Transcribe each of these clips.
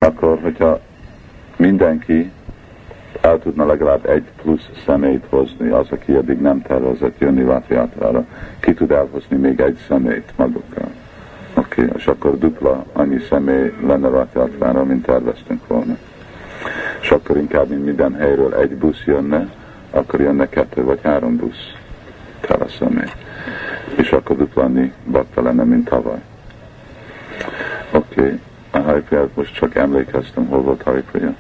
akkor, hogyha mindenki el tudna legalább egy plusz személyt hozni, az, aki eddig nem tervezett jönni Rathjátrára, ki tud elhozni még egy személyt magukkal. Oké, és akkor dupla annyi személy lenne Rathjátrára, mint terveztünk volna. És akkor inkább, mint minden helyről egy busz jönne, akkor jönne 2 vagy 3 busz kára személy. És akkor dupla annyi bakta lenne, mint tavaly. Oké, a Haripriyát most csak emlékeztem, hol volt Haripriya.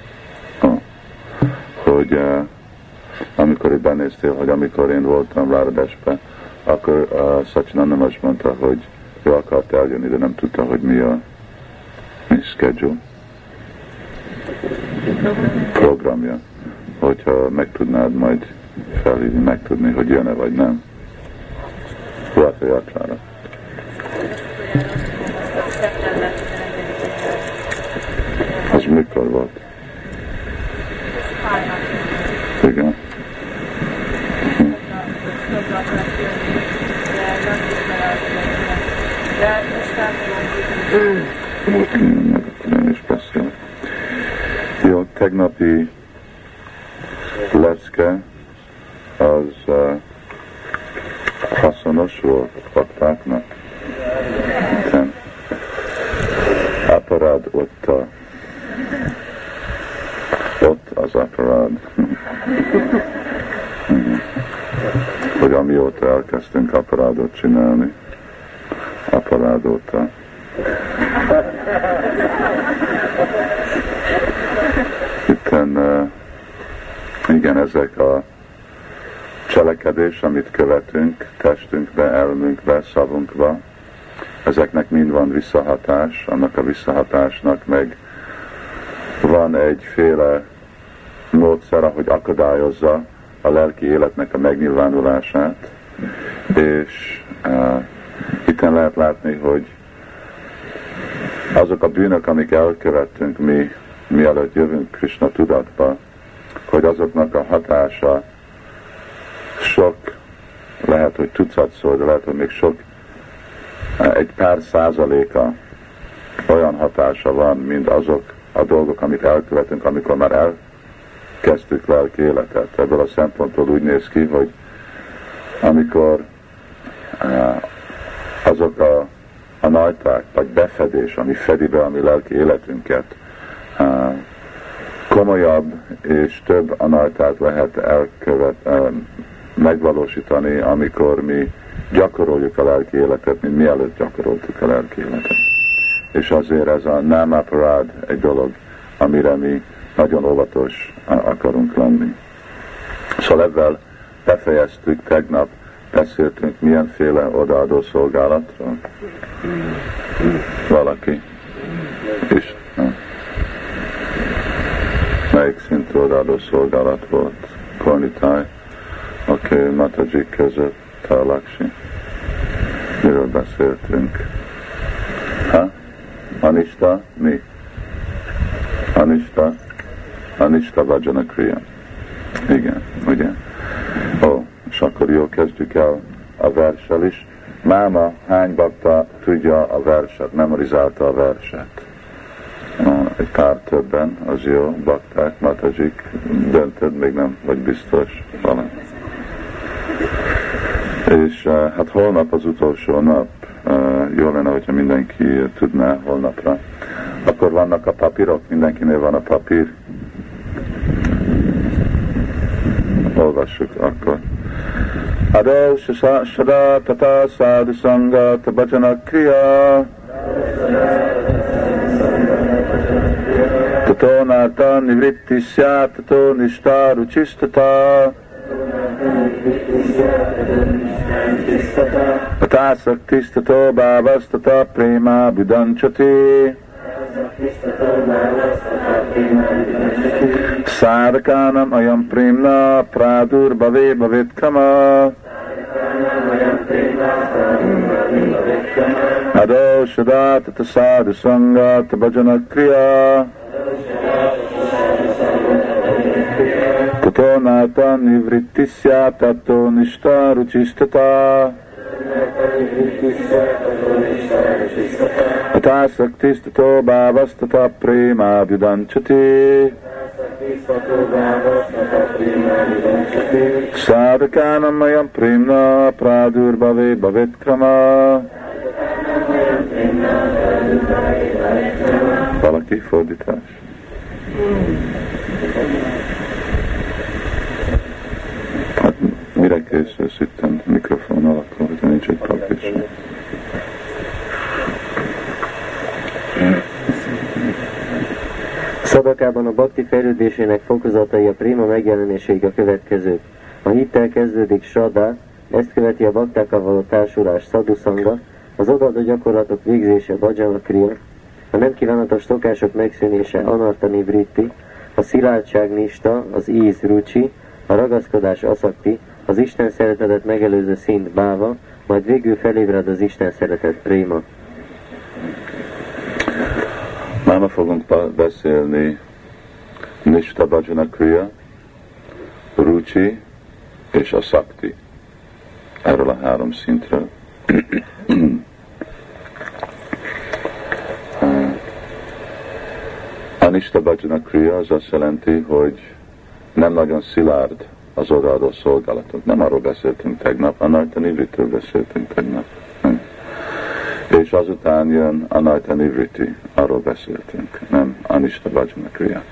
Hogy amikor itt benéztél, hogy amikor én voltam Láradásban, akkor Sachinanda azt mondta, hogy ő akart eljönni, de nem tudta, hogy mi a schedule. Programja. Hogyha meg tudnád majd felhívni, megtudni, hogy jön-e vagy nem. Rathjátrára. Az mikor volt? Igen. Nem is beszél. Jó, tegnapi lecke az hasznos volt baktáknak. Aparád ott az aparád. Hogy amióta elkezdtünk aparádot csinálni, aparádóta. Itten, igen, ezek a cselekedés, amit követünk, testünkbe, elmünkbe, szavunkba, ezeknek mind van visszahatás, annak a visszahatásnak meg van egyféle módszer, ahogy akadályozza a lelki életnek a megnyilvánulását, és itten lehet látni, hogy azok a bűnök, amik elkövettünk mi, mielőtt jövünk Krishna tudatba, hogy azoknak a hatása sok, lehet, hogy tucatszor, de lehet, hogy még sok, egy pár százaléka olyan hatása van, mint azok a dolgok, amit elkövetünk, amikor már elkezdtük lelki életet. Ebből a szempontból úgy néz ki, hogy amikor azok a najták, vagy befedés, ami fedi be a mi lelki életünket, komolyabb és több anajtát lehet megvalósítani, amikor mi gyakoroljuk a lelki életet, mint mielőtt gyakoroltuk a lelki életet. És azért ez a námaparád egy dolog, amire mi nagyon óvatos akarunk lenni. Szóval ebben befejeztük tegnap, beszéltünk milyenféle odaadó szolgálatról. Valaki? És melyik szintű odaadó szolgálat volt? Kornitáj? Oké, Mataji között, Talaksi. Miről beszéltünk? Anista? Mi? Anista Vajana Kriya. Igen, ugye? És akkor jó, kezdjük el a verssel is. Máma hány bakta tudja a verset, memorizálta a verset? Egy pár többen, az jó, bakták, Matajik, döntöd, még nem vagy biztos valami. És hát holnap az utolsó nap, jó lenne, hogyha mindenki tudná holnapra. Akkor vannak a papírok, mindenkinél van a papír. Olvassuk akkor. Adó sada tata sadhu sanga tabhajana kriya tato nata nivritti syat tato nishta ruchistata tata saktistato bhavastata prema budanchati Sārakanam ayam premna pradur bhave bhavetkama Ado shada tata sadhu sanga tabhajana kriya Tato nata nivrittisya tato nishta ruchistata Atasaktistato bhavastata prema vyudanchati Sadhakanam mayam premna pradurbhave bhavetkrama. Valaki fordítás? Hát mire készülsz itt a mikrofonnal, akkor hogyha nincs egy praktis. Szadakában a bhakti fejlődésének fokozatai a préma megjelenéséig a következők. A hittel kezdődik Shraddha, ezt követi a baktákkal való társulás Sadhusanga, az odaadó gyakorlatok végzése Bhajana Kriya, a nem kívánatos szokások megszűnése Anartha Nivritti, a szilárdság Nista, az íz Rucsi, a ragaszkodás Asakti, az Isten szeretetet megelőző szint Bhava, majd végül felébred az Isten szeretet Préma. Máma fogunk beszélni Nishta Bhajana Kriya, Ruchi és a Sakti. Erről a három szintről. A Nishta Bhajana Kriya az azt jelenti, hogy nem nagyon szilárd az odaadó szolgálatok. Nem arról beszéltünk tegnap, Anartha Nivritről beszéltünk tegnap. És azután jön Anartha Nivritti, arról beszéltünk, nem Nishta Bhajana Kriya.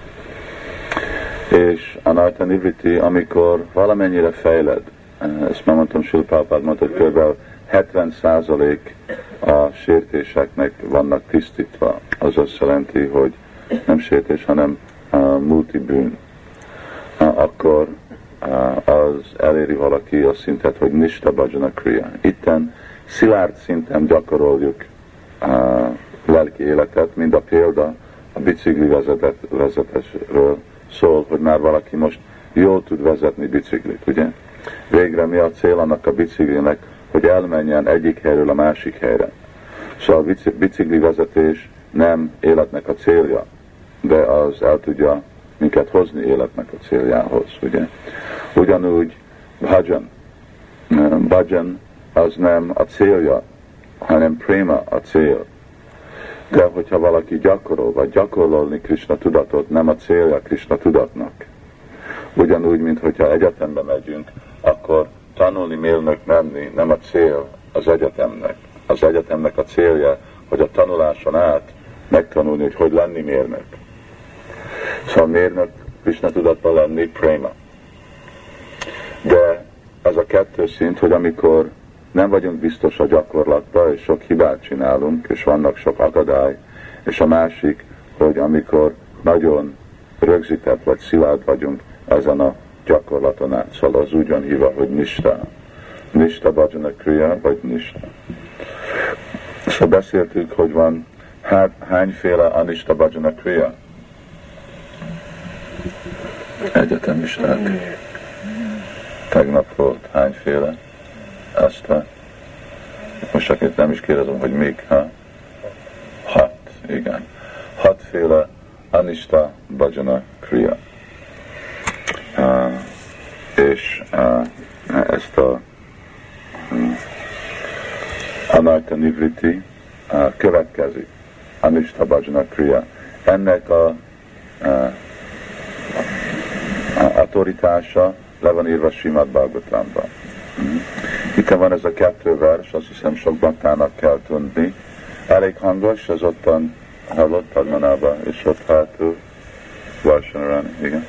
És Anartha Nivritti, amikor valamennyire fejled, ezt már mondtam, Srila Prabhupád mondta, hogy kb. 70% a sértéseknek vannak tisztítva. Az azt jelenti, hogy nem sértés, hanem múlti bűn. Akkor az eléri valaki a szintet, hogy Nishta Bhajana Kriya. Itten szilárd szinten gyakoroljuk lelki életet, mind a példa a bicikli vezetésről szól, hogy már valaki most jól tud vezetni biciklit, ugye? Végre mi a cél annak a biciklinek, hogy elmenjen egyik helyről a másik helyre. Szóval a bicikli vezetés nem életnek a célja, de az el tudja minket hozni életnek a céljához, ugye? Ugyanúgy bhajan az nem a célja, hanem préma a cél. De hogyha valaki gyakorol, vagy gyakorolni Krishna tudatot, nem a célja Krishna tudatnak. Ugyanúgy, mint hogyha egyetembe megyünk, akkor tanulni mérnök lenni nem a cél az egyetemnek. Az egyetemnek a célja, hogy a tanuláson át megtanulni, hogy lenni mérnök. Szóval mérnök Krishna tudatban lenni préma. De ez a kettő szint, hogy amikor nem vagyunk biztos a gyakorlatban, és sok hibát csinálunk, és vannak sok akadály, és a másik, hogy amikor nagyon rögzített vagy szilárd vagyunk ezen a gyakorlaton át. Szóval az úgy van hívva, hogy Nishta. Nishta Bhajana Kriya, vagy Nishta. Szóval beszéltük, hogy van hányféle Anishta Bhajana Kriya? Egyetemisták. Tegnap volt hányféle? Aztán most csak itt nem is kérdezem, hogy még, ha? 6, igen. 6 féle Anishta Bhajana Kriya. És ezt a Anartha Nivritti következik. Anishta Bhajana Kriya. Ennek a autoritása le van írva Srimad Bhagavatamban. Itt van ez a 2 vers, azt hiszem sok baktának kell tudni. Elég hangos, ez ottan hallott Padmanába, és ott hátul Varsanarani, igen.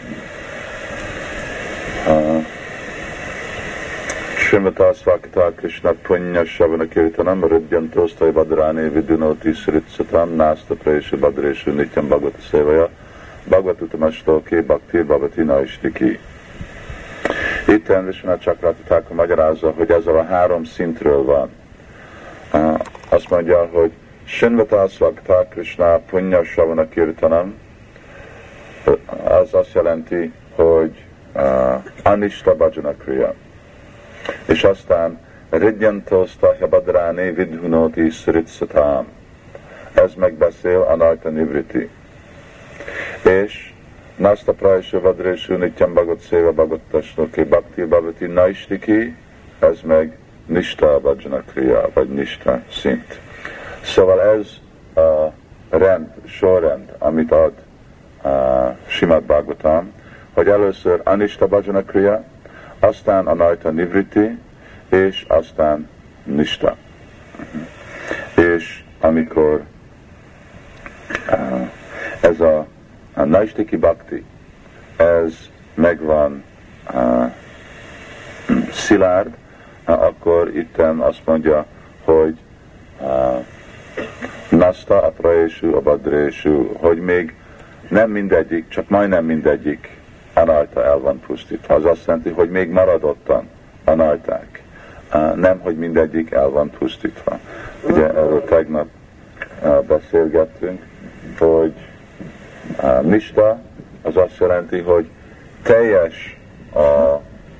Srimata Svakata Krishna Punya Shavana Kirtanam Ridyantosztai Badráné Vidunoti Sritsatam Nászta Prési Badrési Nityam Bhagavata Szévaja Bhagavatutamastolki Bhaktir Bhavati Naistiki. Itten Vishwanath Chakravarti Thakur magyarázza, hogy ezzel a 3 szintről van. Azt mondja, hogy Srimata Svakata Krishna Punya Shavana Kirtanam, az azt jelenti, hogy Anishta Bhajana Kriya. És aztán Ridyantosztahya Badráné Vidhunoti Sritsatam. Ez megbeszél Anartha Nivritti. És Nasta Praisha Vadreshu Nityam Bhagat Seva Bhagatasnoki Bhakti Bhavati Naistiki, ez meg nista bhajana kriya, vagy nista szint. Szóval ez a rend, sorrend, amit ad Srimad Bhagavatam, hogy először anista bhajana kriya, aztán anaita nivriti, és aztán nista. És amikor ez a naistiki bhakti, ez megvan szilárd, akkor itten azt mondja, hogy nasta, a praésú, a badrésú, hogy még nem mindegyik, csak majdnem mindegyik anajta el van pusztítva. Az azt jelenti, hogy még maradottan anajták. Nem, hogy mindegyik el van pusztítva. Ugye erről tegnap beszélgettünk, hogy nista az azt jelenti, hogy teljes a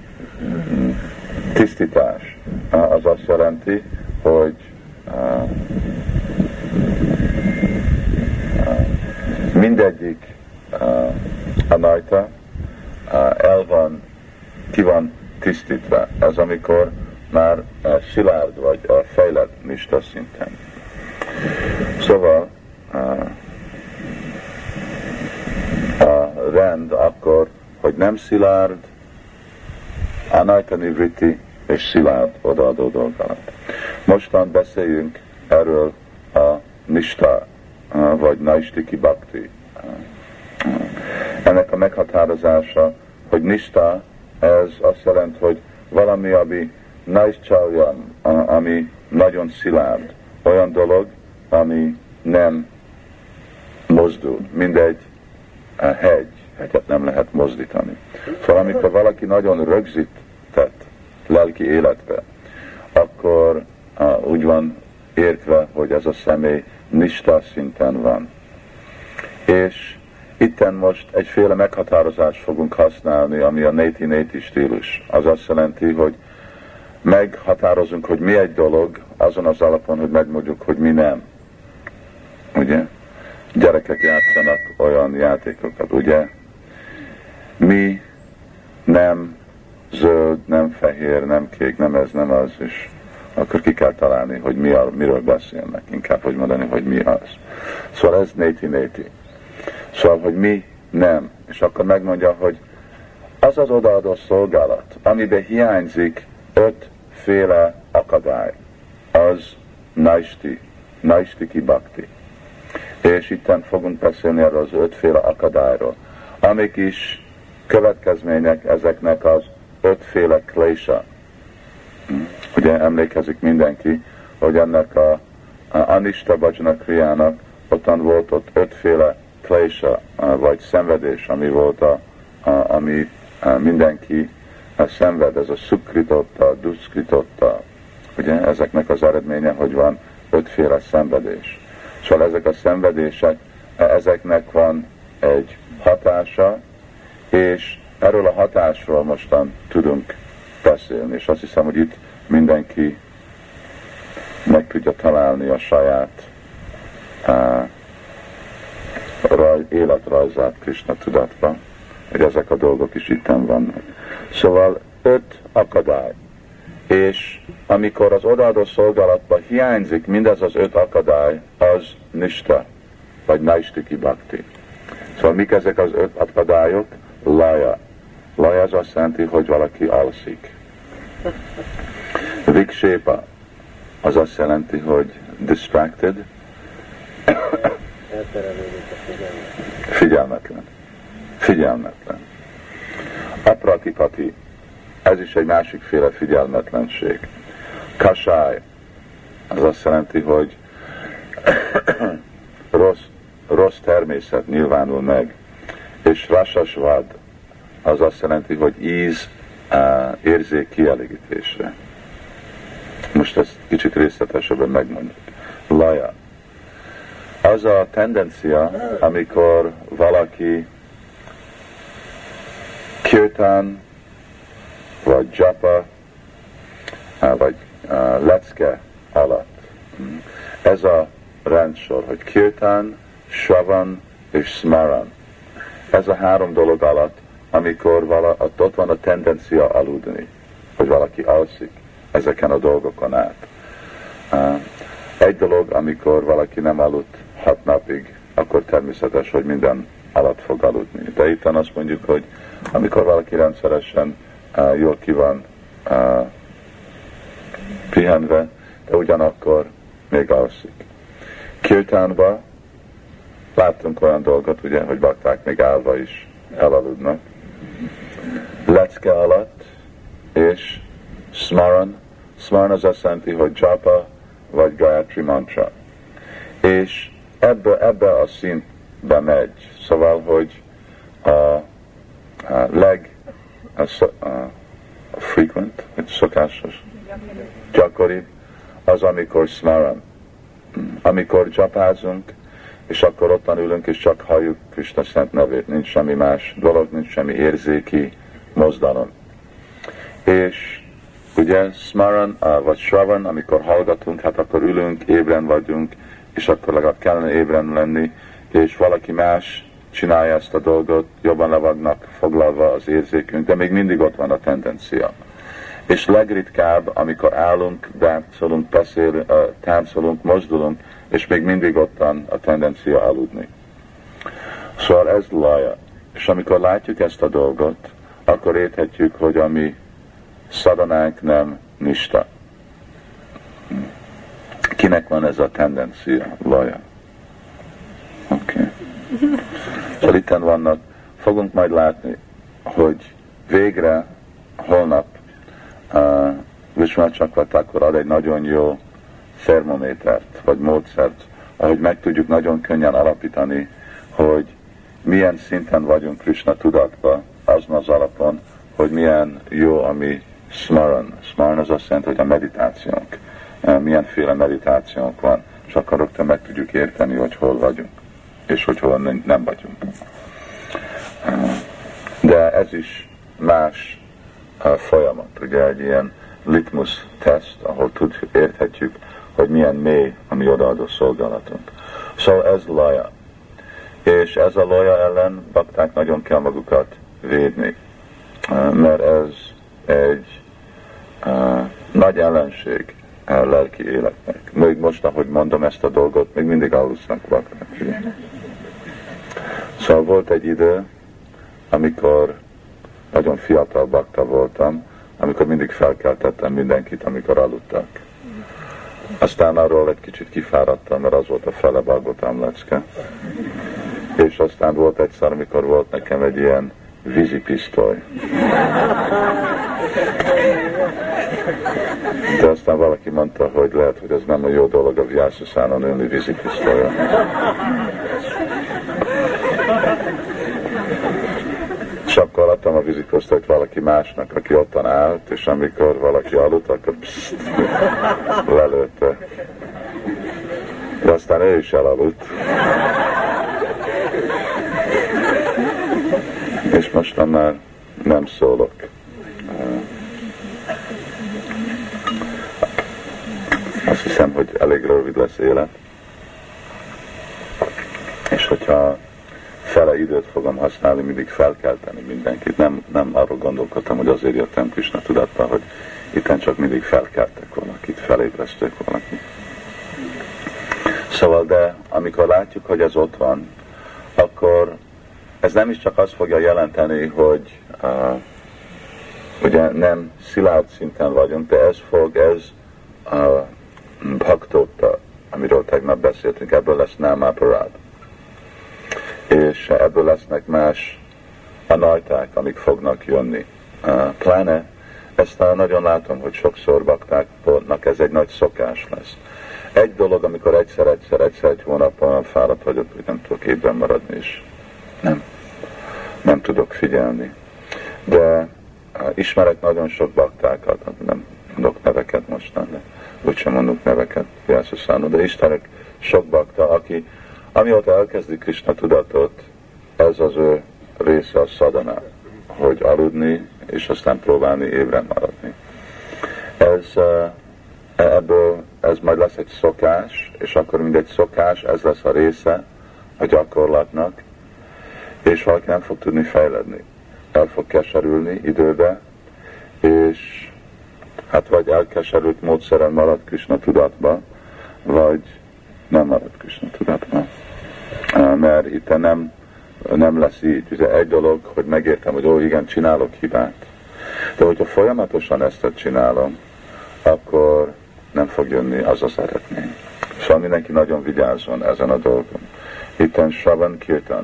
tisztítás. Az azt jelenti, hogy mindegyik anajta ki van tisztítva. Ez amikor már szilárd vagy a fejlett nista szinten. Szóval a rend akkor, hogy nem szilárd, anajta nivriti és szilárd odaadó dolgokat. Mostan beszéljünk erről a nista, vagy naistiki bhakti. Ennek a meghatározása, hogy nista, ez azt jelenti, hogy valami, ami naischalyan, ami nagyon szilárd, olyan dolog, ami nem mozdul, mindegy hegyet nem lehet mozdítani. Szóval amikor valaki nagyon rögzített lelki életbe, akkor úgy van értve, hogy ez a személy nista szinten van. És itten most egyféle meghatározást fogunk használni, ami a néti stílus. Az azt jelenti, hogy meghatározunk, hogy mi egy dolog, azon az alapon, hogy megmondjuk, hogy mi nem. Ugye? Gyerekek játszanak olyan játékokat, ugye? Mi nem zöld, nem fehér, nem kék, nem ez, nem az, és akkor ki kell találni, hogy miről beszélnek, inkább hogy mondani, hogy mi az. Szóval ez néti. Szóval, hogy mi nem. És akkor megmondja, hogy az az odaadó szolgálat, amiben hiányzik 5 féle akadály, az naistiki bhakti. És itten fogunk beszélni erről az 5 féle akadályról, amik is következmények ezeknek az 5 féle klésha. Ugye emlékezik mindenki, hogy ennek a anista bhajana kriának ottan volt ott 5 féle klésha, vagy szenvedés, ami volt ami mindenki szenved, ez a szukritotta, duszkritotta. Ugye ezeknek az eredménye, hogy van 5 féle szenvedés. Szóval ezek a szenvedések, ezeknek van egy hatása, és erről a hatásról mostan tudunk beszélni, és azt hiszem, hogy itt mindenki meg tudja találni a saját életrajzát Krishna tudatba, hogy ezek a dolgok is itten vannak. Szóval 5 akadály, és amikor az odaadó szolgálatban hiányzik mindez az 5 akadály, az nista, vagy naistiki bhakti. Szóval mik ezek az 5 akadályok? Laya. Laya az azt jelenti, hogy valaki alszik. Vikshepa az azt jelenti, hogy distracted, figyelmetlen. Apratipati, ez is egy másikféle figyelmetlenség. Kasály, az azt jelenti, hogy rossz természet nyilvánul meg. És rasasvad, az azt jelenti, hogy érzék kielégítésre. Most ezt kicsit részletesebben megmondjuk. Laya. Az a tendencia, amikor valaki kirtán, vagy japa, vagy lecke alatt. Ez a rendsor, hogy kirtán, shravan és smaran. Ez a 3 dolog alatt, amikor ott van a tendencia aludni, hogy valaki alszik. ezeken a dolgokon át. Egy dolog, amikor valaki nem aludt 6 napig, akkor természetes, hogy minden alatt fog aludni. De itt azt mondjuk, hogy amikor valaki rendszeresen jól ki van pihenve, de ugyanakkor még alszik. Kirtánban láttunk olyan dolgot, ugye, hogy bakták még állva is elaludnak. Lecke alatt, és smaran az azt jelenti, hogy japa vagy Gayatri mantra. És ebbe a szintbe megy. Szóval, hogy a frequent, vagy szokásos, gyakoribb, az amikor smaran. Amikor japázunk, és akkor ottan ülünk, és csak halljuk Krishna szent nevét, nincs semmi más dolog, nincs semmi érzéki mozdalom. És ugye smaran, vagy shravan, amikor hallgatunk, hát akkor ülünk, ébren vagyunk, és akkor legalább kellene ébren lenni, és valaki más csinálja ezt a dolgot, jobban le vannak foglalva az érzékünk, de még mindig ott van a tendencia. És legritkább, amikor állunk, táncolunk, táncolunk, mozdulunk, és még mindig ott van a tendencia aludni. Szóval ez laja. És amikor látjuk ezt a dolgot, akkor érthetjük, hogy a mi szadanánk nem nista. Kinek van ez a tendencia? Laja. Oké. Szóval itten vannak, fogunk majd látni, hogy végre holnap Vishwanath Chakravartin ad egy nagyon jó termométert, vagy módszert, ahogy meg tudjuk nagyon könnyen alapítani, hogy milyen szinten vagyunk Krishna tudatba, azon az alapon, hogy milyen jó a mi smaran. Smaran az azt jelenti, hogy a meditációnk. Milyenféle meditációnk van, és akkor rögtön meg tudjuk érteni, hogy hol vagyunk, és hogy hol nem vagyunk. De ez is más folyamat, ugye egy ilyen litmus teszt, ahol érthetjük, hogy milyen mély a mi odaadó szolgálatunk. Szóval ez laja. És ez a laja ellen bakták nagyon kell magukat védni, mert ez egy nagy ellenség a lelki életnek. Még most, ahogy mondom ezt a dolgot, még mindig alusznak bakták. Szóval volt egy idő, amikor nagyon fiatal bakta voltam, amikor mindig felkeltettem mindenkit, amikor aludtak. Aztán arról egy kicsit kifáradtam, mert az volt a fele Bhagavatam lecke. És aztán volt egyszer, amikor volt nekem egy ilyen vízipisztoly. De aztán valaki mondta, hogy lehet, hogy ez nem a jó dolog a Vyásaszánon ülni vízipisztolya. És akkor adtam a vízipisztolyt valaki másnak, aki ottan állt, és amikor valaki aludt, akkor lelőtte. De aztán ő is elaludt. És mostan már nem szólok. Azt hiszem, hogy elég rövid lesz élet. És hogyha fele időt fogom használni, mindig felkelteni mindenkit. Nem arról gondolkodtam, hogy azért jöttem Krishna tudatba, hogy itten csak mindig felkeltek valakit, felébresztek valakit. Szóval, de amikor látjuk, hogy ez ott van, akkor ez nem is csak azt fogja jelenteni, hogy ugye nem szilárd szinten vagyunk, de ez bhaktotta, amiről tegnap beszéltünk, ebből lesz námáparád. És ebből lesznek más anajták, amik fognak jönni. Pláne ezt nagyon látom, hogy sokszor baktáknak ez egy nagy szokás lesz. Egy dolog, amikor egyszer egy hónapban fáradt vagyok, hogy nem tudok ébren maradni, és nem tudok figyelni. De ismerek nagyon sok baktákat, nem mondok neveket mostan, de úgysem mondok neveket, de ismerek sok bakta, aki amióta elkezdi Krishna tudatot, ez az ő része a szadana, hogy aludni, és aztán próbálni ébren maradni. Ez majd lesz egy szokás, és akkor mindegy szokás, ez lesz a része a gyakorlatnak, és valaki nem fog tudni fejledni. El fog keserülni időbe, és Hát vagy elkeserült módszeren marad Krishna tudatba, vagy nem marad Krishna tudatba. Mert itt nem lesz így. Ugye egy dolog, hogy megértem, hogy ó, igen, csinálok hibát. De hogyha folyamatosan ezt csinálom, akkor nem fog jönni az az eredmény. Szóval mindenki nagyon vigyázzon ezen a dolgon. Itten Shravan Kirtan.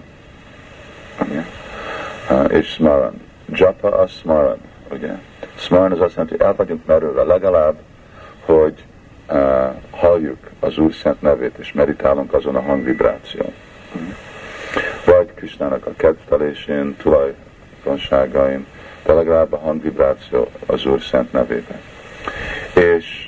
És Smaran. Japa a Smaran. Ugye? Smaran az azt jelenti, hogy el vagyunk merülve legalább, hogy halljuk az Úr szent nevét, és meditálunk azon a hangvibráción. Vagy Krisnának a kedvtelésén, tulajdonságain, de legalább a hangvibráció az Úr szent nevében. És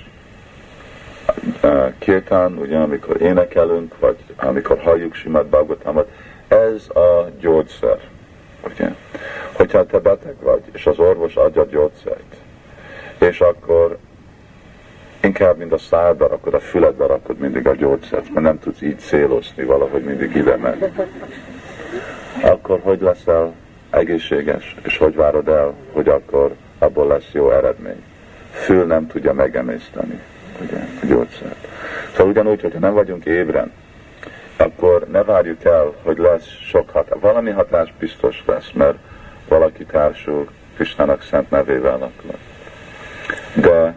kirtán, ugye, amikor énekelünk, vagy amikor halljuk Simad Bhagavatamot, ez a gyógyszer. Ugye? Hogyha te beteg vagy, és az orvos adja a gyógyszert, és akkor inkább, mint a szádba rakod, a füledbe rakod mindig a gyógyszert, mert nem tudsz így célozni, valahogy mindig ide megy. Akkor hogy leszel egészséges, és hogy várod el, hogy akkor abból lesz jó eredmény? Fül nem tudja megemészteni, ugye, a gyógyszert. Szóval ugyanúgy, hogyha nem vagyunk ébren, akkor ne várjuk el, hogy lesz sok hatás. Valami hatás biztos lesz, mert valaki társul Krisnának szent nevével akkor. De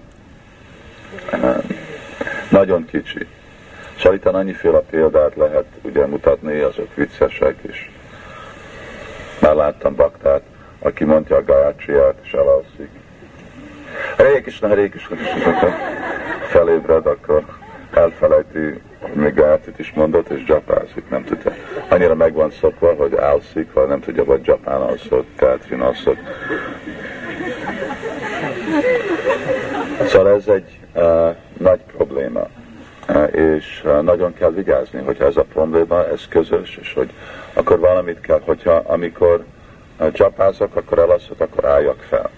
nagyon kicsi. Szóval itt annyiféle példát lehet ugye mutatni, azok viccesek is. Már láttam baktát, aki mondja a Gayatriát, és elalszik. Hare Krishna, felébred, akkor elfelejti, hogy még Gayatrit is mondott, és japázik, nem tudja. Annyira meg van szokva, hogy alszik, vagy nem tudja, vagy japán alszott, Gayatrin alszott. Szóval ez egy nagy probléma, és nagyon kell vigyázni, hogyha ez a probléma, ez közös, és hogy akkor valamit kell, hogyha amikor csapázok, akkor elalszok, akkor álljak fel.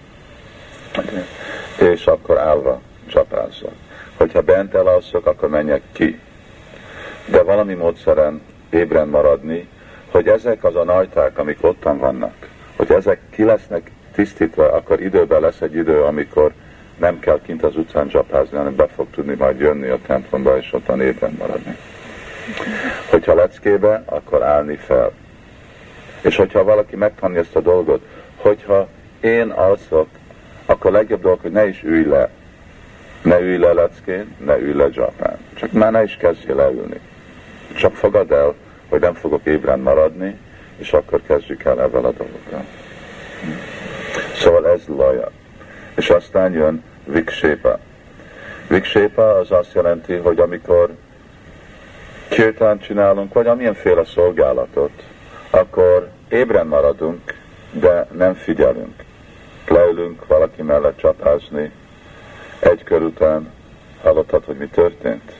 És akkor állva csapázzak. Hogyha bent elalszok, akkor menjek ki. De valami módszeren ébren maradni, hogy ezek az a najták, amik ottan vannak, hogy ezek ki lesznek tisztítva, akkor időben lesz egy idő, amikor nem kell kint az utcán csapázni, hanem be fog tudni majd jönni a templomba, és ottan ébren maradni. Hogyha leckébe, akkor állni fel. És hogyha valaki megtanulja ezt a dolgot, hogyha én alszok, akkor legjobb dolog, hogy ne is ülj le. Ne ülj le leckén, ne ülj le dzsapán. Csak már ne is kezdjél leülni. Csak fogad el, hogy nem fogok ébren maradni, és akkor kezdjük el ezzel a dolgokkal. Szóval ez laja. És aztán jön viksépa. Viksépa az azt jelenti, hogy amikor kirtánt csinálunk, vagy amilyenféle szolgálatot, akkor ébren maradunk, de nem figyelünk. Leülünk valaki mellett csapázni, egy kör után hallottad, hogy mi történt?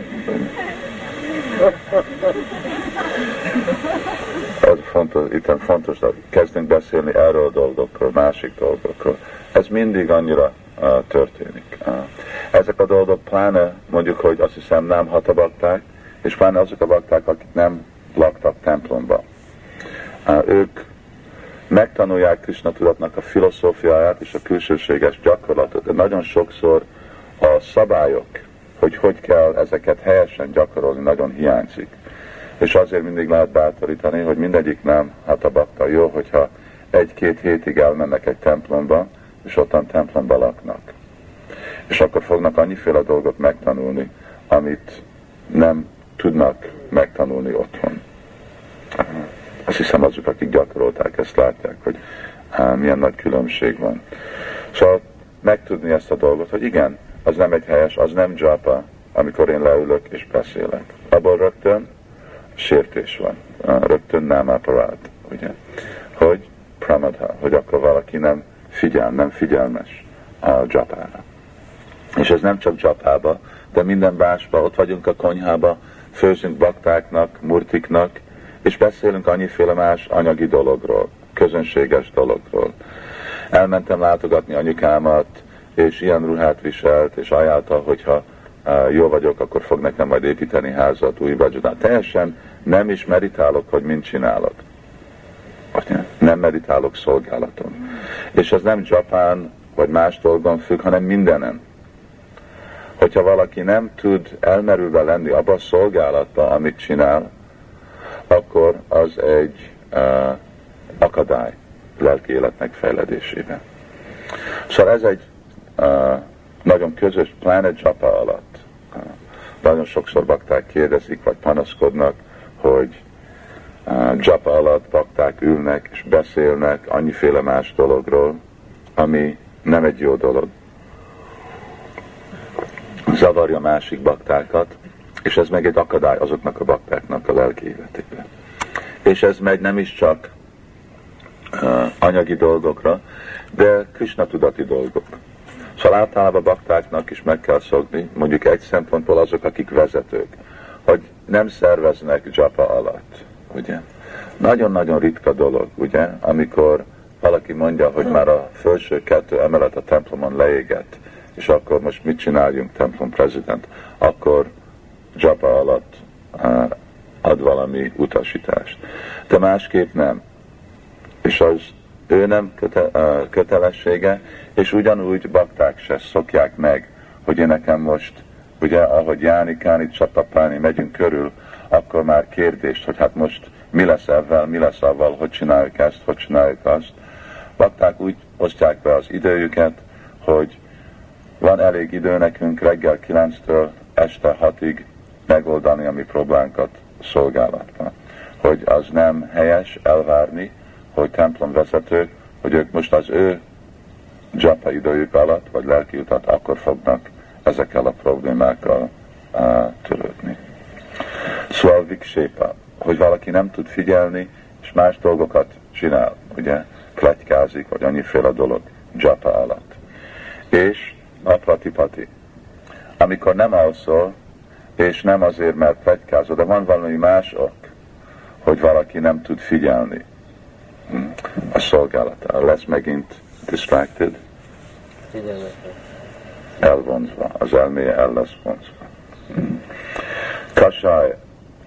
Ez fontos, itt fontos, hogy kezdünk beszélni erről a dolgokról, másik dolgokról. Ez mindig annyira történik. Ezek a dolgok pláne mondjuk, hogy azt hiszem nem hatabakták, és pláne azok a bakták, akik nem laktak templomba. Ők megtanulják Krishna tudatnak a filozófiáját és a külsőséges gyakorlatot, de nagyon sokszor a szabályok, hogy kell ezeket helyesen gyakorolni, nagyon hiányzik. És azért mindig lehet bátorítani, hogy mindegyik nem hatabakta. Jó, hogyha 1-2 hétig elmennek egy templomba, és ottan templomba laknak. És akkor fognak annyiféle dolgot megtanulni, amit nem tudnak megtanulni otthon. Azt hiszem azok, akik gyakorolták, ezt látják, hogy milyen nagy különbség van. Szóval megtudni ezt a dolgot, hogy igen, az nem egy helyes, az nem japa, amikor én leülök és beszélek. Abból rögtön sértés van, rögtön nem aparát, ugye? Hogy pramadha, hogy akkor valaki nem figyelmes a japára. És ez nem csak japába, de minden másba, ott vagyunk a konyhába, főzünk baktáknak, murtiknak, és beszélünk annyiféle más anyagi dologról, közönséges dologról. Elmentem látogatni anyukámat, és ilyen ruhát viselt, és ajánlta, hogyha jó vagyok, akkor fog nekem majd építeni házat, új bajudát. Teljesen nem is meditálok, hogy mit csinálok. Nem meditálok szolgálaton. És ez nem japán vagy más dolgon függ, hanem mindenen. Hogyha valaki nem tud elmerülve lenni abba a szolgálatba, amit csinál, akkor az egy akadály lelki élet megfejledésében. Szóval ez egy nagyon közös, pláne japa alatt. Nagyon sokszor bakták kérdezik, vagy panaszkodnak, hogy japa alatt bakták ülnek és beszélnek annyiféle más dologról, ami nem egy jó dolog. Zavarja másik baktákat, és ez meg egy akadály azoknak a baktáknak a lelki életében. És ez megy nem is csak anyagi dolgokra, de Krishna tudati dolgok. Szóval általában baktáknak is meg kell szokni, mondjuk egy szempontból azok, akik vezetők, hogy nem szerveznek japa alatt, ugye? Nagyon-nagyon ritka dolog, ugye? Amikor valaki mondja, hogy már a felső 2 emelet a templomon leégett, és akkor most mit csináljunk, templom prezident, akkor japa alatt ad valami utasítást. De másképp nem. És az ő nem kötelessége, és ugyanúgy bakták se szokják meg, hogy én nekem most, ugye, ahogy Jáni, Káni, Csatapáni megyünk körül, akkor már kérdést, hogy hát most mi lesz ezzel, mi lesz avval, hogy csináljuk ezt, hogy csináljuk azt. Bakták úgy osztják be az időjüket, hogy van elég idő nekünk reggel 9-től este 6-ig megoldani a mi próbánkat szolgálatban. Hogy az nem helyes elvárni, hogy templomvezetők, hogy ők most az ő japa időjük alatt, vagy lelki utat akkor fognak ezekkel a problémákkal törődni. Szóval viksépa, hogy valaki nem tud figyelni, és más dolgokat csinál, ugye, pletykázik, vagy annyiféle dolog japa alatt. És a pratipati, amikor nem alszol, és nem azért, mert pletykázol, de van valami más ok, hogy valaki nem tud figyelni a szolgálatára. Lesz megint distracted, elvonzva, az elméje el lesz vonzva. Kasály,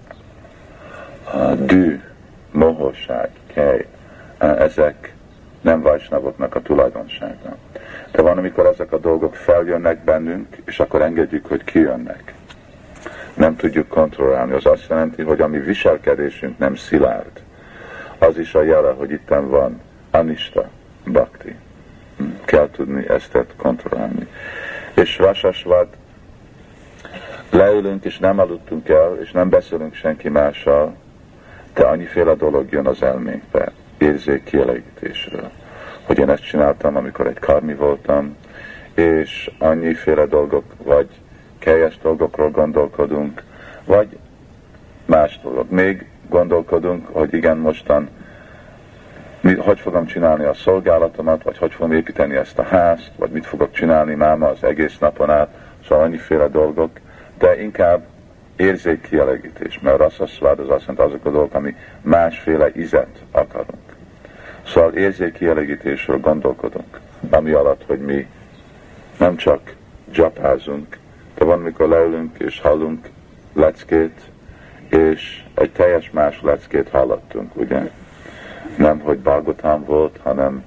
dű, mohóság, kej, ezek nem vajsnavoknak a tulajdonsága. De van, amikor ezek a dolgok feljönnek bennünk, és akkor engedjük, hogy kijönnek. Nem tudjuk kontrollálni. Az azt jelenti, hogy a mi viselkedésünk nem szilárd. Az is a jele, hogy itten van anista, bhakti. Kell tudni ezt kontrollálni. És vasasvad, leülünk és nem aludtunk el, és nem beszélünk senki mással, de annyiféle dolog jön az elménkbe, érzék kielégítésről. Hogy én ezt csináltam, amikor egy karmi voltam, és annyiféle dolgok, vagy kelyes dolgokról gondolkodunk, vagy más dolgok. Még gondolkodunk, hogy igen, mostan hogy fogom csinálni a szolgálatomat, vagy hogy fogom építeni ezt a házt, vagy mit fogok csinálni máma az egész napon át, szóval annyiféle dolgok, de inkább érzékkielégítés, mert rasszaszvád az azt jelenti azok a dolgok, ami másféle ízet akarunk. Szóval érzékkielégítésről gondolkodunk, ami alatt, hogy mi nem csak japázunk, de van, mikor leülünk és hallunk leckét, és egy teljes más leckét hallottunk, ugye? Nem, hogy Bhagavatam volt, hanem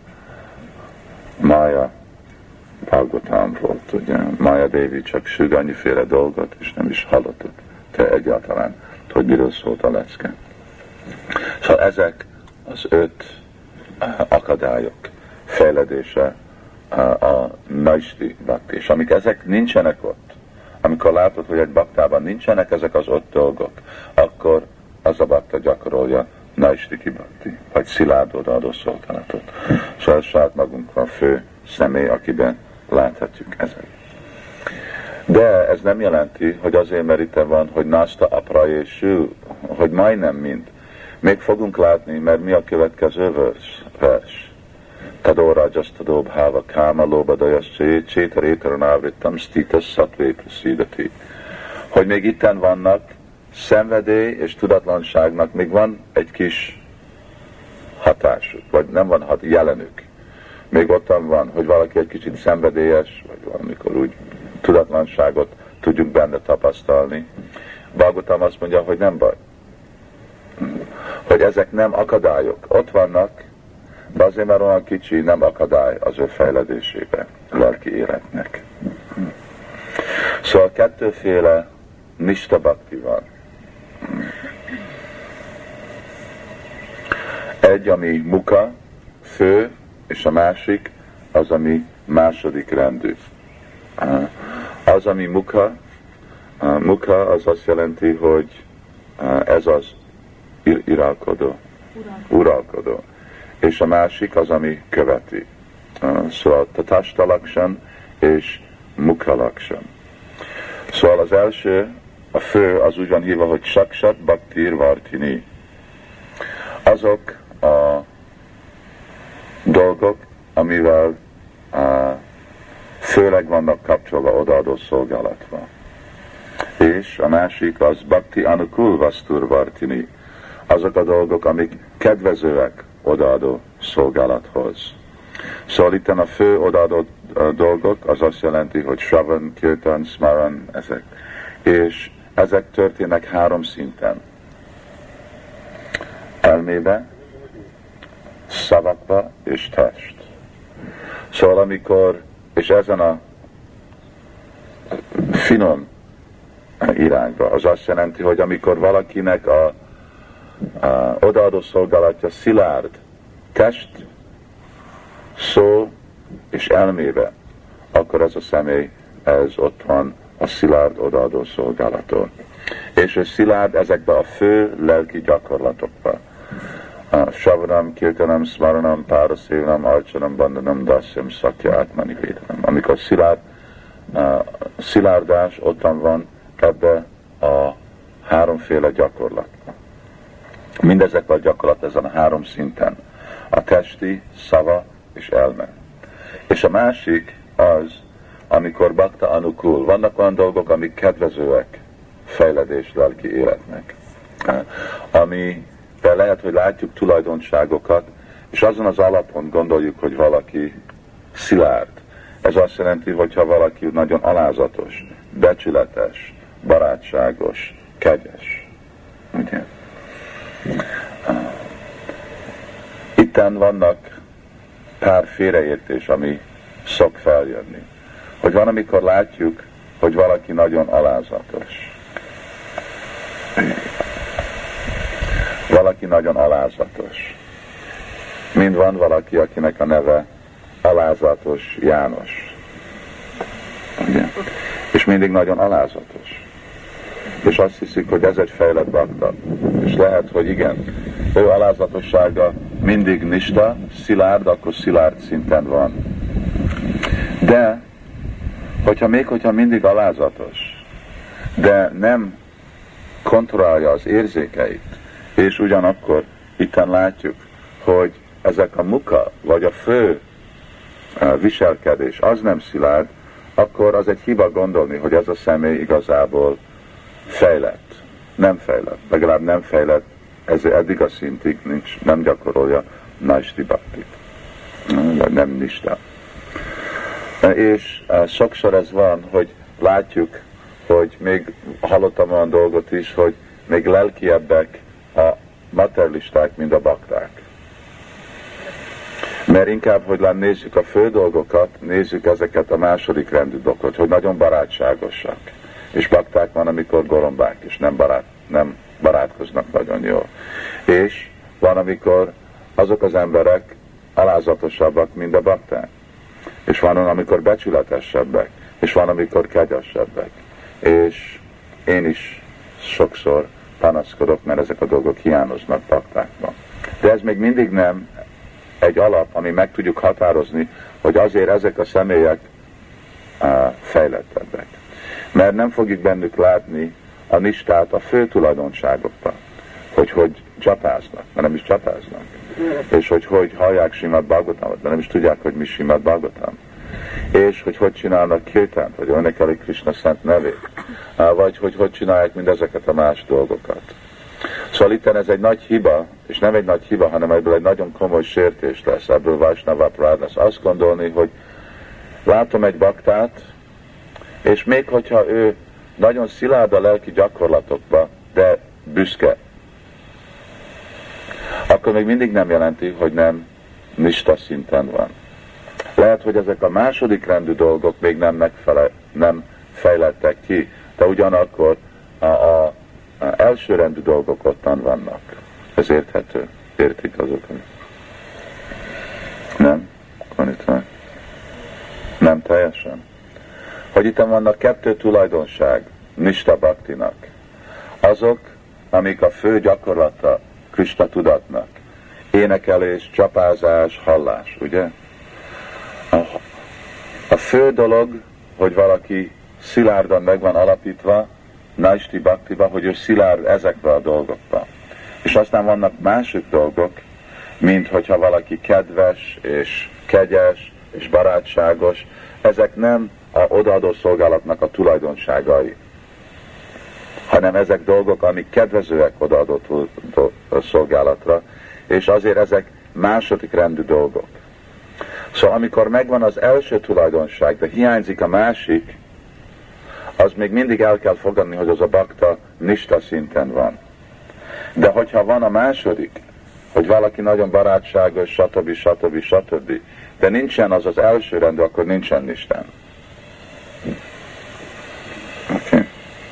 Maya Bhagavatam volt, ugye? Maya Devi csak süg annyiféle dolgot, és nem is hallottuk te egyáltalán, hogy miről szólt a lecke. Szóval ezek az 5 akadályok fejledése a naisti bhakti, és amik ezek nincsenek ott, amikor látod, hogy egy baktában nincsenek ezek az 5 dolgok, akkor az a bakta gyakorolja naistiki bhakti, vagy szilárd odaadó szolgálatot. Szóval saját magunk van fő személy, akiben láthatjuk ezeket. De ez nem jelenti, hogy azért, mert itt van, hogy nasta aprajésű, hogy majdnem mind. Még fogunk látni, mert mi a következő vers. Tadó rajasztadó bháva káma lóbadajas csétarétaran ávrittam sztítas szatvé praszídati. Hogy még itten vannak szenvedély és tudatlanságnak még van egy kis hatásuk, vagy nem van jelenük. Még ottan van, hogy valaki egy kicsit szenvedélyes, vagy valamikor úgy tudatlanságot tudjuk benne tapasztalni. Bhagavatam azt mondja, hogy nem baj. Hogy ezek nem akadályok. Ott vannak, de azért, mert olyan kicsi, nem akadály az ő fejledésébe, lelki életnek. Szóval kettőféle nista bhakti van. Egy, ami muka, fő, és a másik az, ami második rendű. Az, ami muka, muka az azt jelenti, hogy ez az uralkodó. És a másik az, ami követi. Szóval tatasta laksan és mukha laksan. Szóval az első, a fő, az úgy van hívva, hogy saksat bhaktir vartini. Azok a dolgok, amivel főleg vannak kapcsolva odaadó szolgálatba. És a másik az bhakti anukul vastur vartini. Azok a dolgok, amik kedvezőek odaadó szolgálathoz. Szóval itt a fő odaadó dolgok, az azt jelenti, hogy Shravan, Kirtan, Smaran, ezek. És ezek történnek 3 szinten. Elmébe, szavakba és test. Szóval amikor, és ezen a finom irányba, az azt jelenti, hogy amikor valakinek a odaadó szolgálatja szilárd, test, szó és elmébe, akkor ez a személy, ez ott van a szilárd odaadó szolgálaton. És ő szilárd ezekbe a fő lelki gyakorlatokba. Savanam, Kirtanam, Smaranam, Páraszévanam, Arcsanam, Bandanam, Dasyam, Szakya, Átmani Védanam. Amikor szilárdás ottan van ebbe a 3 gyakorlatban. Mindezek a gyakorlat ezen a 3 szinten. A testi, szava és elme. És a másik az, amikor bhakta anukul. Vannak olyan dolgok, amik kedvezőek fejledés lelki életnek. De lehet, hogy látjuk tulajdonságokat, és azon az alapon gondoljuk, hogy valaki szilárd. Ez azt jelenti, hogyha valaki nagyon alázatos, becsületes, barátságos, kegyes. Ugye? Itten vannak pár félreértés, ami szok feljönni. Hogy van, amikor látjuk, hogy valaki nagyon alázatos. Valaki nagyon alázatos. Mind van valaki, akinek a neve alázatos János. Ugye? És mindig nagyon alázatos. És azt hiszik, hogy ez egy fejlett bakta. És lehet, hogy igen, ő alázatossága mindig nista, szilárd, akkor szilárd szinten van. De, hogyha mindig alázatos, de nem kontrollálja az érzékeit, és ugyanakkor itten látjuk, hogy ezek a muka, vagy a fő viselkedés, az nem szilárd, akkor az egy hiba gondolni, hogy ez a személy igazából fejlett. Nem fejlett. Legalább nem fejlett, ezért eddig a szintig nem gyakorolja naisti bhaktit. Vagy nem nista. És sokszor ez van, hogy látjuk, hogy még hallottam olyan dolgot is, hogy még lelkiebbek a materialisták, mint a bakták. Mert inkább, hogy nézzük a fő dolgokat, nézzük ezeket a második rendű dolgokat, hogy nagyon barátságosak. És bakták van, amikor gorombák, és nem barátkoznak nagyon jól. És van, amikor azok az emberek alázatosabbak, mint a bakták. És van, amikor becsületesebbek, és van, amikor kegyesebbek. És én is sokszor panaszkodok, mert ezek a dolgok hiányoznak baktákban. De ez még mindig nem egy alap, ami meg tudjuk határozni, hogy azért ezek a személyek fejlettebbek. Mert nem fogjuk bennük látni a nistát a fő tulajdonságokban, hogy csapáznak, mert nem is csapáznak. És hogy hallják Simad Bhagavatamot, de nem is tudják, hogy mi Simad Bhagavatam. És hogy csinálnak kirtánt, hogy énekelik Krishna szent nevét. Vagy hogy csinálják mindezeket a más dolgokat. Szóval itt ez egy nagy hiba, és nem egy nagy hiba, hanem ebből egy nagyon komoly sértés lesz, ebből Vaisnava Pride lesz. Azt gondolni, hogy látom egy baktát, és még hogyha ő nagyon szilárd a lelki gyakorlatokba, de büszke, akkor még mindig nem jelenti, hogy nem nista szinten van. Lehet, hogy ezek a második rendű dolgok még nem fejlettek ki, de ugyanakkor a első rendű dolgok ottan vannak. Ez érthető. Értik azokat? Nem? Nem teljesen. Hogy itt vannak kettő tulajdonság Nista Bhaktinak. Azok, amik a fő gyakorlata Krishna tudatnak. Énekelés, csapázás, hallás, ugye? A fő dolog, hogy valaki szilárdan meg van alapítva, Naisti Bhaktiba, hogy ő szilárd ezekbe a dolgokba. És aztán vannak másik dolgok, mint hogyha valaki kedves, és kegyes, és barátságos, ezek nem a odaadó szolgálatnak a tulajdonságai, hanem ezek dolgok, amik kedvezőek odaadó szolgálatra, és azért ezek második rendű dolgok. Szóval amikor megvan az első tulajdonság, de hiányzik a másik, az még mindig el kell fogadni, hogy az a bakta nista szinten van. De hogyha van a második, hogy valaki nagyon barátságos, stb. De nincsen az az első rendű, akkor nincsen nistán. Oké.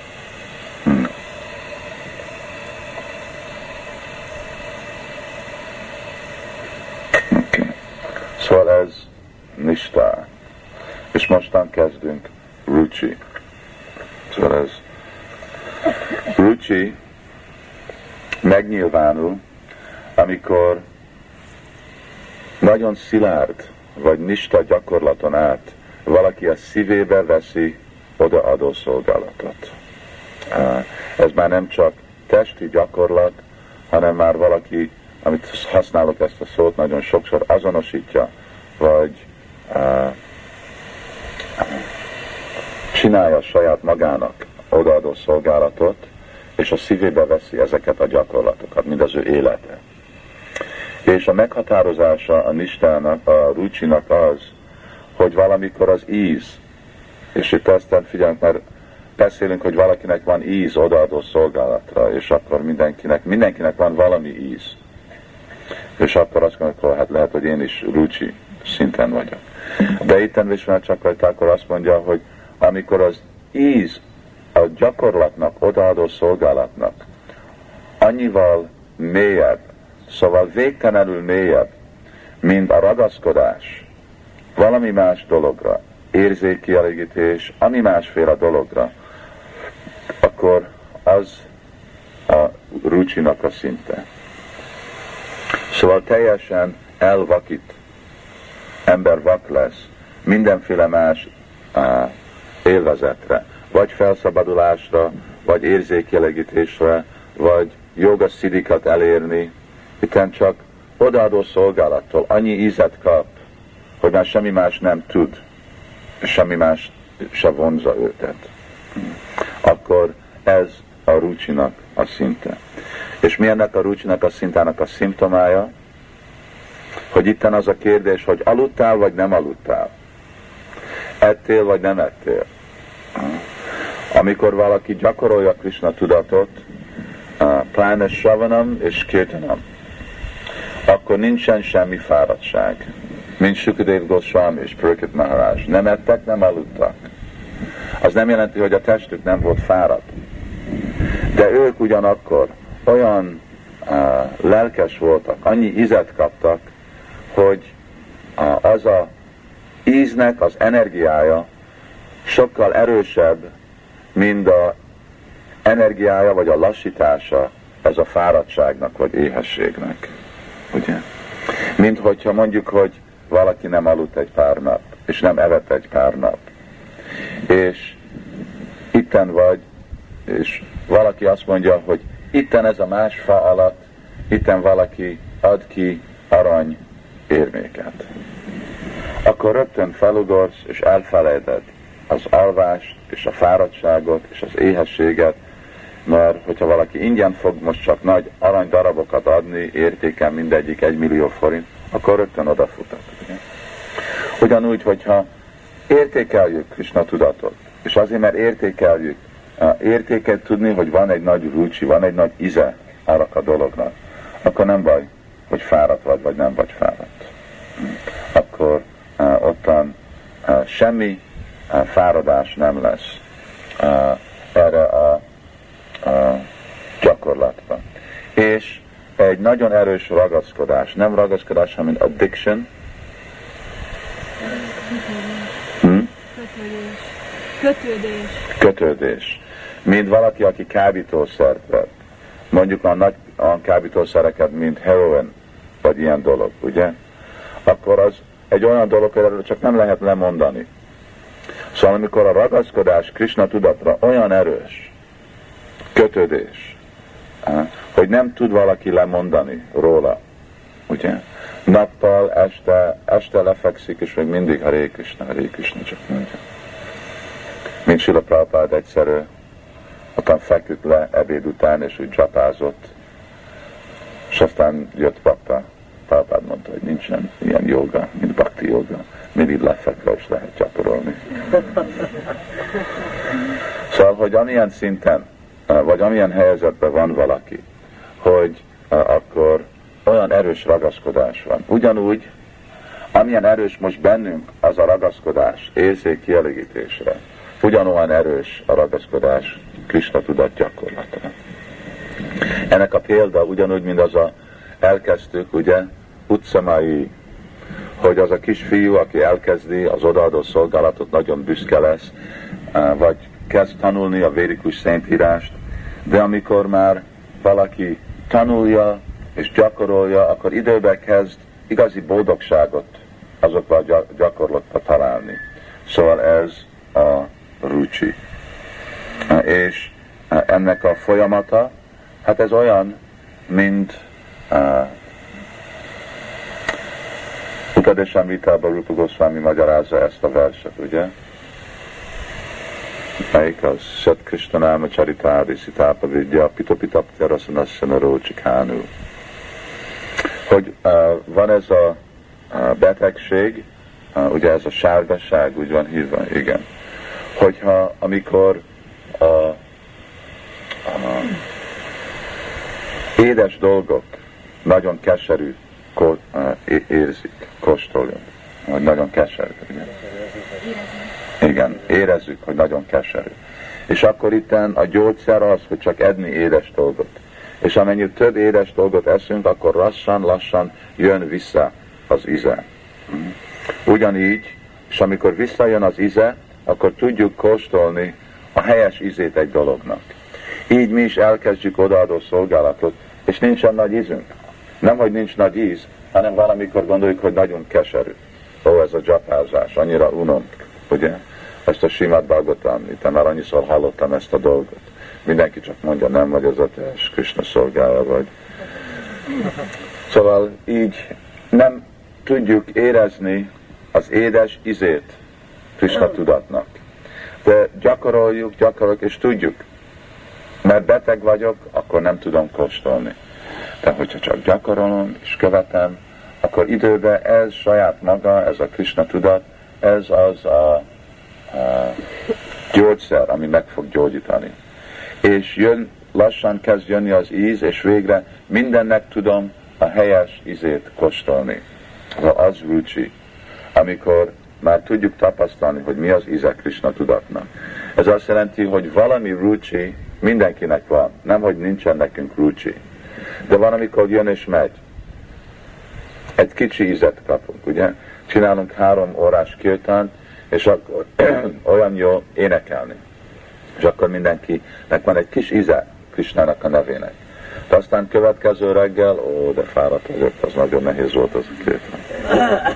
Szóval ez nista. És mostan kezdünk ruchi. Szóval ez ruchi megnyilvánul, amikor nagyon szilárd, vagy nista gyakorlaton át valaki a szívébe veszi odaadó szolgálatot. Ez már nem csak testi gyakorlat, hanem már valaki, amit használok ezt a szót, nagyon sokszor azonosítja, vagy csinálja saját magának odaadó szolgálatot, és a szívébe veszi ezeket a gyakorlatokat, mint az ő élete. És a meghatározása a nistának, a rucsinak az, hogy valamikor az íz, és itt aztán figyeljünk, mert beszélünk, hogy valakinek van íz odaadó szolgálatra, és akkor mindenkinek van valami íz. És akkor azt mondjuk, hogy hát lehet, hogy én is rucsi szinten vagyok. De itten Vishwanath Chakravarti akkor azt mondja, hogy amikor az íz a gyakorlatnak, odaadó szolgálatnak annyival mélyebb, szóval végtelenül mélyebb, mint a ragaszkodás valami más dologra, érzékkielégítés, ami másféle dologra, akkor az a rucsinak a szinte. Szóval teljesen elvakít, ember vak lesz mindenféle más élvezetre, vagy felszabadulásra, vagy érzékkielégítésre, vagy joga szidikat elérni, itten csak odaadó szolgálattól annyi ízet kap, hogy már semmi más nem tud, semmi más se vonza őtet. Akkor ez a rucsinak a szinte. És mi ennek a rucsinak a szintának a szimptomája? Hogy itten az a kérdés, hogy aludtál vagy nem aludtál? Ettél vagy nem ettél? Amikor valaki gyakorolja Krishna tudatot, pláne Shravanam és Kirtanam, akkor nincsen semmi fáradtság. Mint Shukadev Goswami és Parikshit Maharaj. Nem ettek, nem aludtak. Az nem jelenti, hogy a testük nem volt fáradt. De ők ugyanakkor olyan lelkes voltak, annyi ízet kaptak, hogy az a íznek az energiája sokkal erősebb, mint a energiája vagy a lassítása ez a fáradtságnak vagy éhességnek. Ugye? Mint hogyha mondjuk, hogy valaki nem aludt egy pár nap, és nem evett egy pár nap. És itten vagy, és valaki azt mondja, hogy itten ez a más fa alatt, itten valaki ad ki arany érméket. Akkor rögtön felugorsz, és elfelejted az alvást, és a fáradtságot, és az éhességet, mert hogyha valaki ingyen fog most csak nagy aranydarabokat adni, értéken mindegyik 1 millió forint, akkor rögtön odafutak. Ugyanúgy, hogyha értékeljük Krishna tudatot, és azért, mert értékeljük, értéket tudni, hogy van egy nagy rucsi, van egy nagy íze arra a dolognak, akkor nem baj, hogy fáradt vagy nem vagy fáradt. akkor ottan semmi fáradás nem lesz erre a gyakorlatba. És egy nagyon erős ragaszkodás, nem ragaszkodás, hanem addiction. Kötődés. Mint valaki, aki kábítószert vett. Mondjuk a nagy kábítószereket, mint heroin, vagy ilyen dolog, ugye? Akkor az egy olyan dolog, hogy csak nem lehet lemondani. Szóval amikor a ragaszkodás Krishna tudatra olyan erős, kötődés, hogy nem tud valaki lemondani róla, ugye? Nappal, este lefekszik, és még mindig Hare Krishna csak mondja. Mint Srila Prabhupád egyszerű, ottan feküdt le ebéd után, és úgy csapázott, és aztán jött Bakta. Prabhupád mondta, hogy nincsen ilyen joga, mint bhakti joga, mindig lefekve is lehet gyakorolni. Szóval, hogy amilyen szinten, vagy amilyen helyzetben van valaki, hogy akkor olyan erős ragaszkodás van. Ugyanúgy, amilyen erős most bennünk az a ragaszkodás érzék kielégítésre, ugyanolyan erős a ragaszkodás Krishna tudat gyakorlatra. Ennek a példa ugyanúgy, mint az elkezdtük, ugye, Utsamai, hogy az a kisfiú, aki elkezdi az odaadó szolgálatot, nagyon büszke lesz, vagy kezd tanulni a védikus szentírást, de amikor már valaki tanulja és gyakorolja, akkor időben kezd igazi boldogságot azokba a gyakorlatba találni. Szóval ez a rucsi. És ennek a folyamata, hát ez olyan, mint Upadeshamritában Rupa Goswami magyarázza ezt a verset, ugye? Melyik az? Sat Krishna Náma Csaritádi Szitápa Vidya Pitopitaptya Rasanasana Rócsikánu. Hogy van ez a betegség, ugye ez a sárgaság, úgy van hívva, igen. Hogyha amikor édes dolgok nagyon keserű érzik, kóstoljuk, hogy nagyon keserű. Igen, érezzük, hogy nagyon keserű. És akkor itten a gyógyszer az, hogy csak edni édes dolgot. És amennyire több édes dolgot eszünk, akkor lassan jön vissza az íze. Ugyanígy, és amikor visszajön az íze, akkor tudjuk kóstolni a helyes ízét egy dolognak. Így mi is elkezdjük odaadó szolgálatot, és nincsen nagy ízünk. Nem, hogy nincs nagy íz, hanem valamikor gondoljuk, hogy nagyon keserű. Ó, ez a dzsapázás, annyira unom, ugye? Ezt a Simad Bhagavatam, itt már annyiszor hallottam ezt a dolgot. Mindenki csak mondja, nem vagy az a te Krishna szolgája vagy. Szóval így nem tudjuk érezni az édes ízét Krishna tudatnak. De gyakoroljuk, és tudjuk. Mert beteg vagyok, akkor nem tudom kóstolni. De hogyha csak gyakorolom és követem, akkor időben ez saját maga, ez a Krishna tudat, ez az a gyógyszer, ami meg fog gyógyítani. És lassan kezd jönni az íz, és végre mindennek tudom a helyes ízét kóstolni. Az rucsi, amikor már tudjuk tapasztalni, hogy mi az íze Krishna tudatnak. Ez azt jelenti, hogy valami rucsi mindenkinek van, nem, hogy nincsen nekünk rucsi. De van, amikor jön és megy. Egy kicsi ízet kapunk, ugye? Csinálunk 3 órás kirtánt, és akkor olyan jó énekelni. És akkor mindenkinek van egy kis íze Krishnának a nevének. De aztán következő reggel, de fáradt vagyok, az nagyon nehéz volt az a kirtán.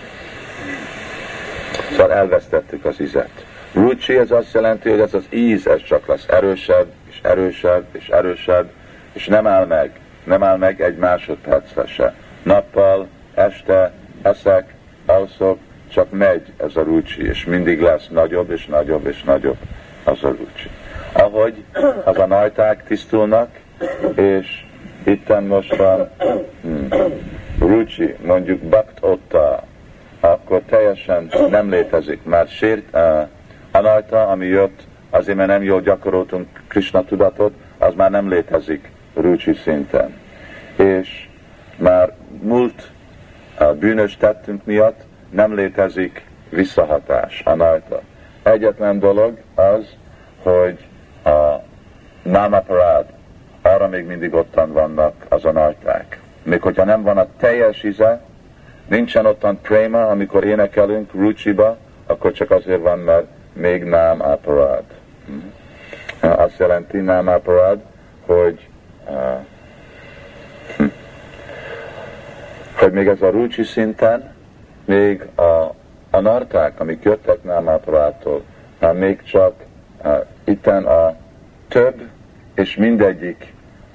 Szóval elvesztettük az ízet. Rucsi, ez azt jelenti, hogy ez az íz, ez csak lesz erősebb, és erősebb, és erősebb, és nem áll meg egy másodpercre se. Nappal, este, eszek, alszok, csak megy ez a rucsi, és mindig lesz nagyobb, és nagyobb, és nagyobb az a rucsi. Ahogy az a najták tisztulnak, és itten most van rucsi, mondjuk bakt otta, akkor teljesen nem létezik. Már sért a najta, ami jött, azért mert nem jól gyakoroltunk Krishna tudatot, az már nem létezik rucsi szinten. És már múlt bűnös tettünk miatt nem létezik visszahatás, anarta. Egyetlen dolog az, hogy a námaparád, arra még mindig ottan vannak az anarták. Még hogyha nem van a teljes íze, nincsen ottan préma, amikor énekelünk rucsiba, akkor csak azért van, mert még nem aparád. Azt jelenti nem aparád, hogy még ez a rucsi szinten, még a anarták, amik jöttek nem aparádtól, még csak itten a több és mindegyik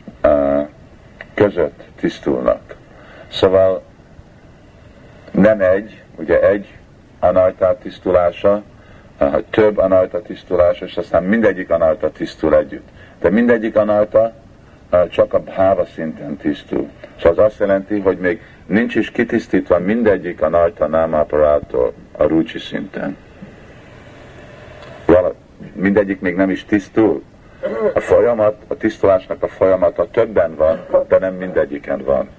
között tisztulnak. Szóval nem ugye egy anartá tisztulása, több anarta tisztulása, és aztán mindegyik anarta tisztul együtt. De mindegyik anarta csak a bháva szinten tisztul. Szóval az azt jelenti, hogy még nincs is kitisztítva mindegyik anarta námaparától a rucsi szinten. Mindegyik még nem is tisztul. A folyamat, a tisztulásnak a folyamata többen van, de nem mindegyiken van.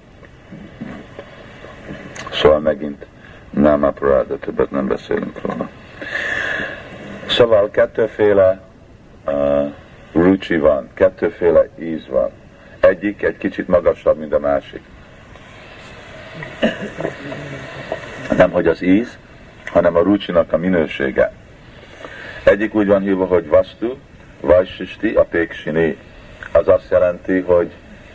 Szóval megint nem aparád, de többet nem beszélünk róla. Szóval kettőféle rucsi van, kettőféle íz van. Egyik egy kicsit magasabb, mint a másik. Nem, hogy az íz, hanem a rucsinak a minősége. Egyik úgy van hívva, hogy vastu, vajsisti, a péksini. Az azt jelenti, hogy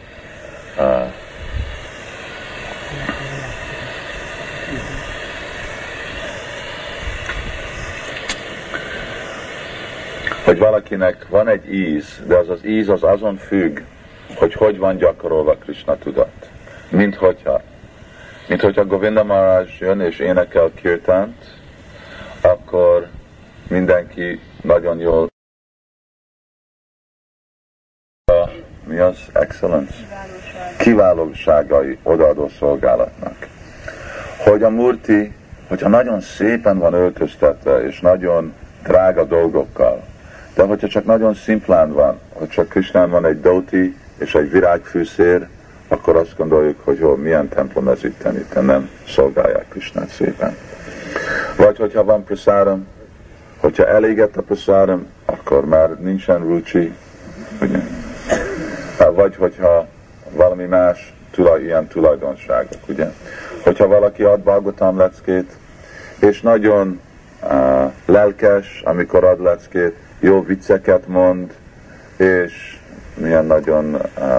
valakinek van egy íz, de az az íz az azon függ, hogy van gyakorolva Krishna tudat. Mint hogyha Govinda Maharaj jön és énekel kirtánt, akkor mindenki nagyon jól mi az? Excellence? Kiválóságai odaadó szolgálatnak. Hogy a murti, hogyha nagyon szépen van öltöztetve, és nagyon drága dolgokkal, de hogyha csak nagyon szimplán van, hogy csak Krishnán van egy dhoti és egy virágfűszér, akkor azt gondoljuk, hogy jó, milyen templom ez itt nem szolgálják Krishnát szépen. Vagy hogyha van prasáram, hogyha elégett a prasáram, akkor már nincsen rucsi, ugye? Vagy hogyha valami más ilyen tulajdonságok, ugye? Hogyha valaki ad Bhagavatam leckét, és nagyon lelkes, amikor ad leckét, jó vicceket mond, és milyen nagyon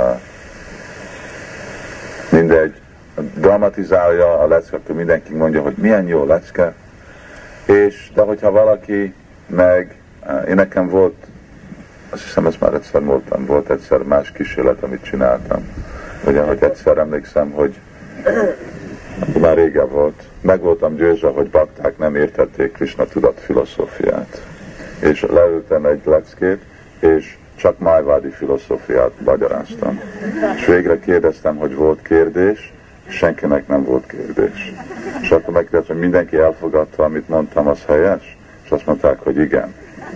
mindegy, dramatizálja a lecke, akkor mindenki mondja, hogy milyen jó lecke, de hogyha valaki én nekem volt, azt hiszem ezt már egyszer mondtam, volt egyszer más kísérlet, amit csináltam, ugye, hogy egyszer emlékszem, hogy már régen volt, meg voltam győzve, hogy bakták nem értették Krishna tudat filozófiát, és leültem egy leckét, és csak májvádi filozófiát magyaráztam. És végre kérdeztem, hogy volt kérdés, és senkinek nem volt kérdés. És akkor megkérdeztem, hogy mindenki elfogadta, amit mondtam, az helyes? És azt mondták, hogy igen.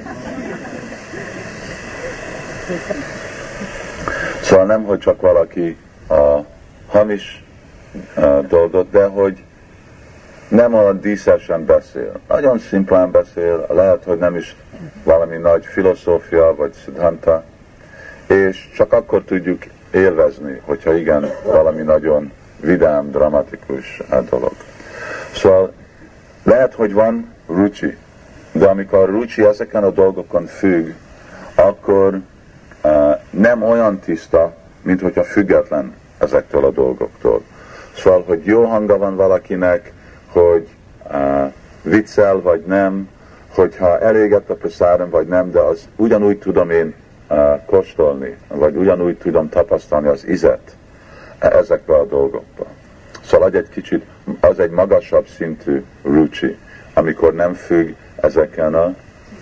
Szóval nem, hogy csak valaki a hamis dolgot, de hogy nem olyan díszesen beszél. Nagyon szimplán beszél, lehet, hogy nem is valami nagy filozófia vagy siddhanta, és csak akkor tudjuk élvezni, hogyha igen, valami nagyon vidám, dramatikus dolog. Szóval lehet, hogy van rucsi, de amikor a rucsi ezeken a dolgokon függ, akkor nem olyan tiszta, mint hogyha független ezektől a dolgoktól. Szóval, hogy jó hanga van valakinek, hogy viccel vagy nem, hogyha elégett a prasáram vagy nem, de az ugyanúgy tudom én kóstolni, vagy ugyanúgy tudom tapasztalni az ízet ezekbe a dolgokba. Szóval az egy magasabb szintű rucsi, amikor nem függ ezeken a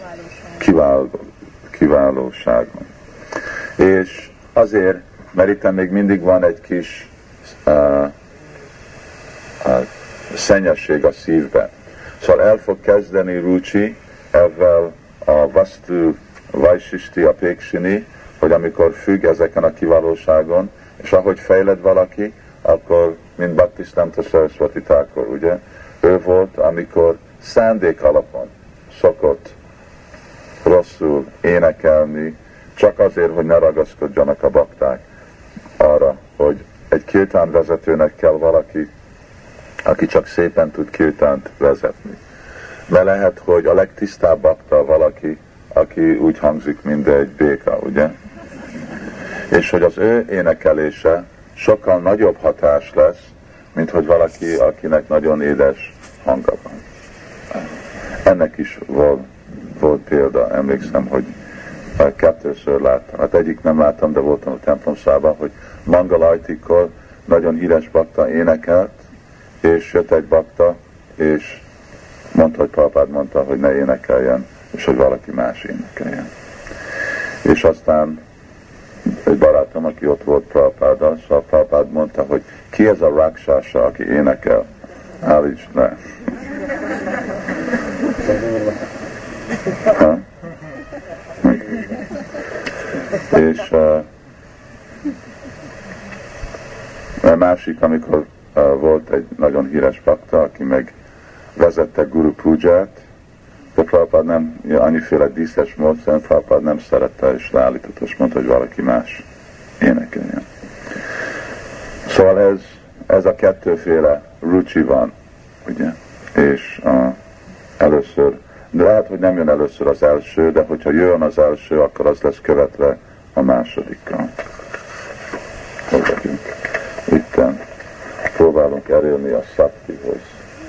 kiválóságon. És azért, mert itt még mindig van egy kis szennyesség a szívben. Szóval el fog kezdeni rucsi ezzel a vastu, vajsisti, a péksini, hogy amikor függ ezeken a kiválóságon, és ahogy fejled valaki, akkor mint Bhaktisiddhanta Saraswati Thakur, ugye? Ő volt, amikor szándék alapon szokott rosszul énekelni, csak azért, hogy ne ragaszkodjanak a bakták arra, hogy egy kirtán vezetőnek kell valaki, aki csak szépen tud kirtánt vezetni. Mert lehet, hogy a legtisztább bakta valaki, aki úgy hangzik, mint egy béka, ugye? És hogy az ő énekelése sokkal nagyobb hatás lesz, mint hogy valaki, akinek nagyon édes hangja van. Ennek is volt példa, emlékszem, hogy kettőször láttam. Hát egyik nem láttam, de voltam a templomszában, hogy Mangalajtikkor nagyon híres bakta énekelt, és jött egy bakta, és mondta, hogy Prabhupád mondta, hogy ne énekeljen, és hogy valaki más énekeljen. És aztán egy barátom, aki ott volt Prabhupáddal, szóval Prabhupád mondta, hogy ki ez a raksása, aki énekel? Állíts le. És a másik, amikor volt egy nagyon híres bakta, aki meg vezette Guru Puját, de Prabhupád nem, annyiféle díszes módszeren, Prabhupád nem szerette, és leállított, és mondta, hogy valaki más énekeljen. Szóval ez a kettőféle rucsi van, ugye? És először, de lehet, hogy nem jön először az első, de hogyha jön az első, akkor az lesz követve a másodikkal. Hol vagyunk? Itten próbálunk elérni a szaktihoz.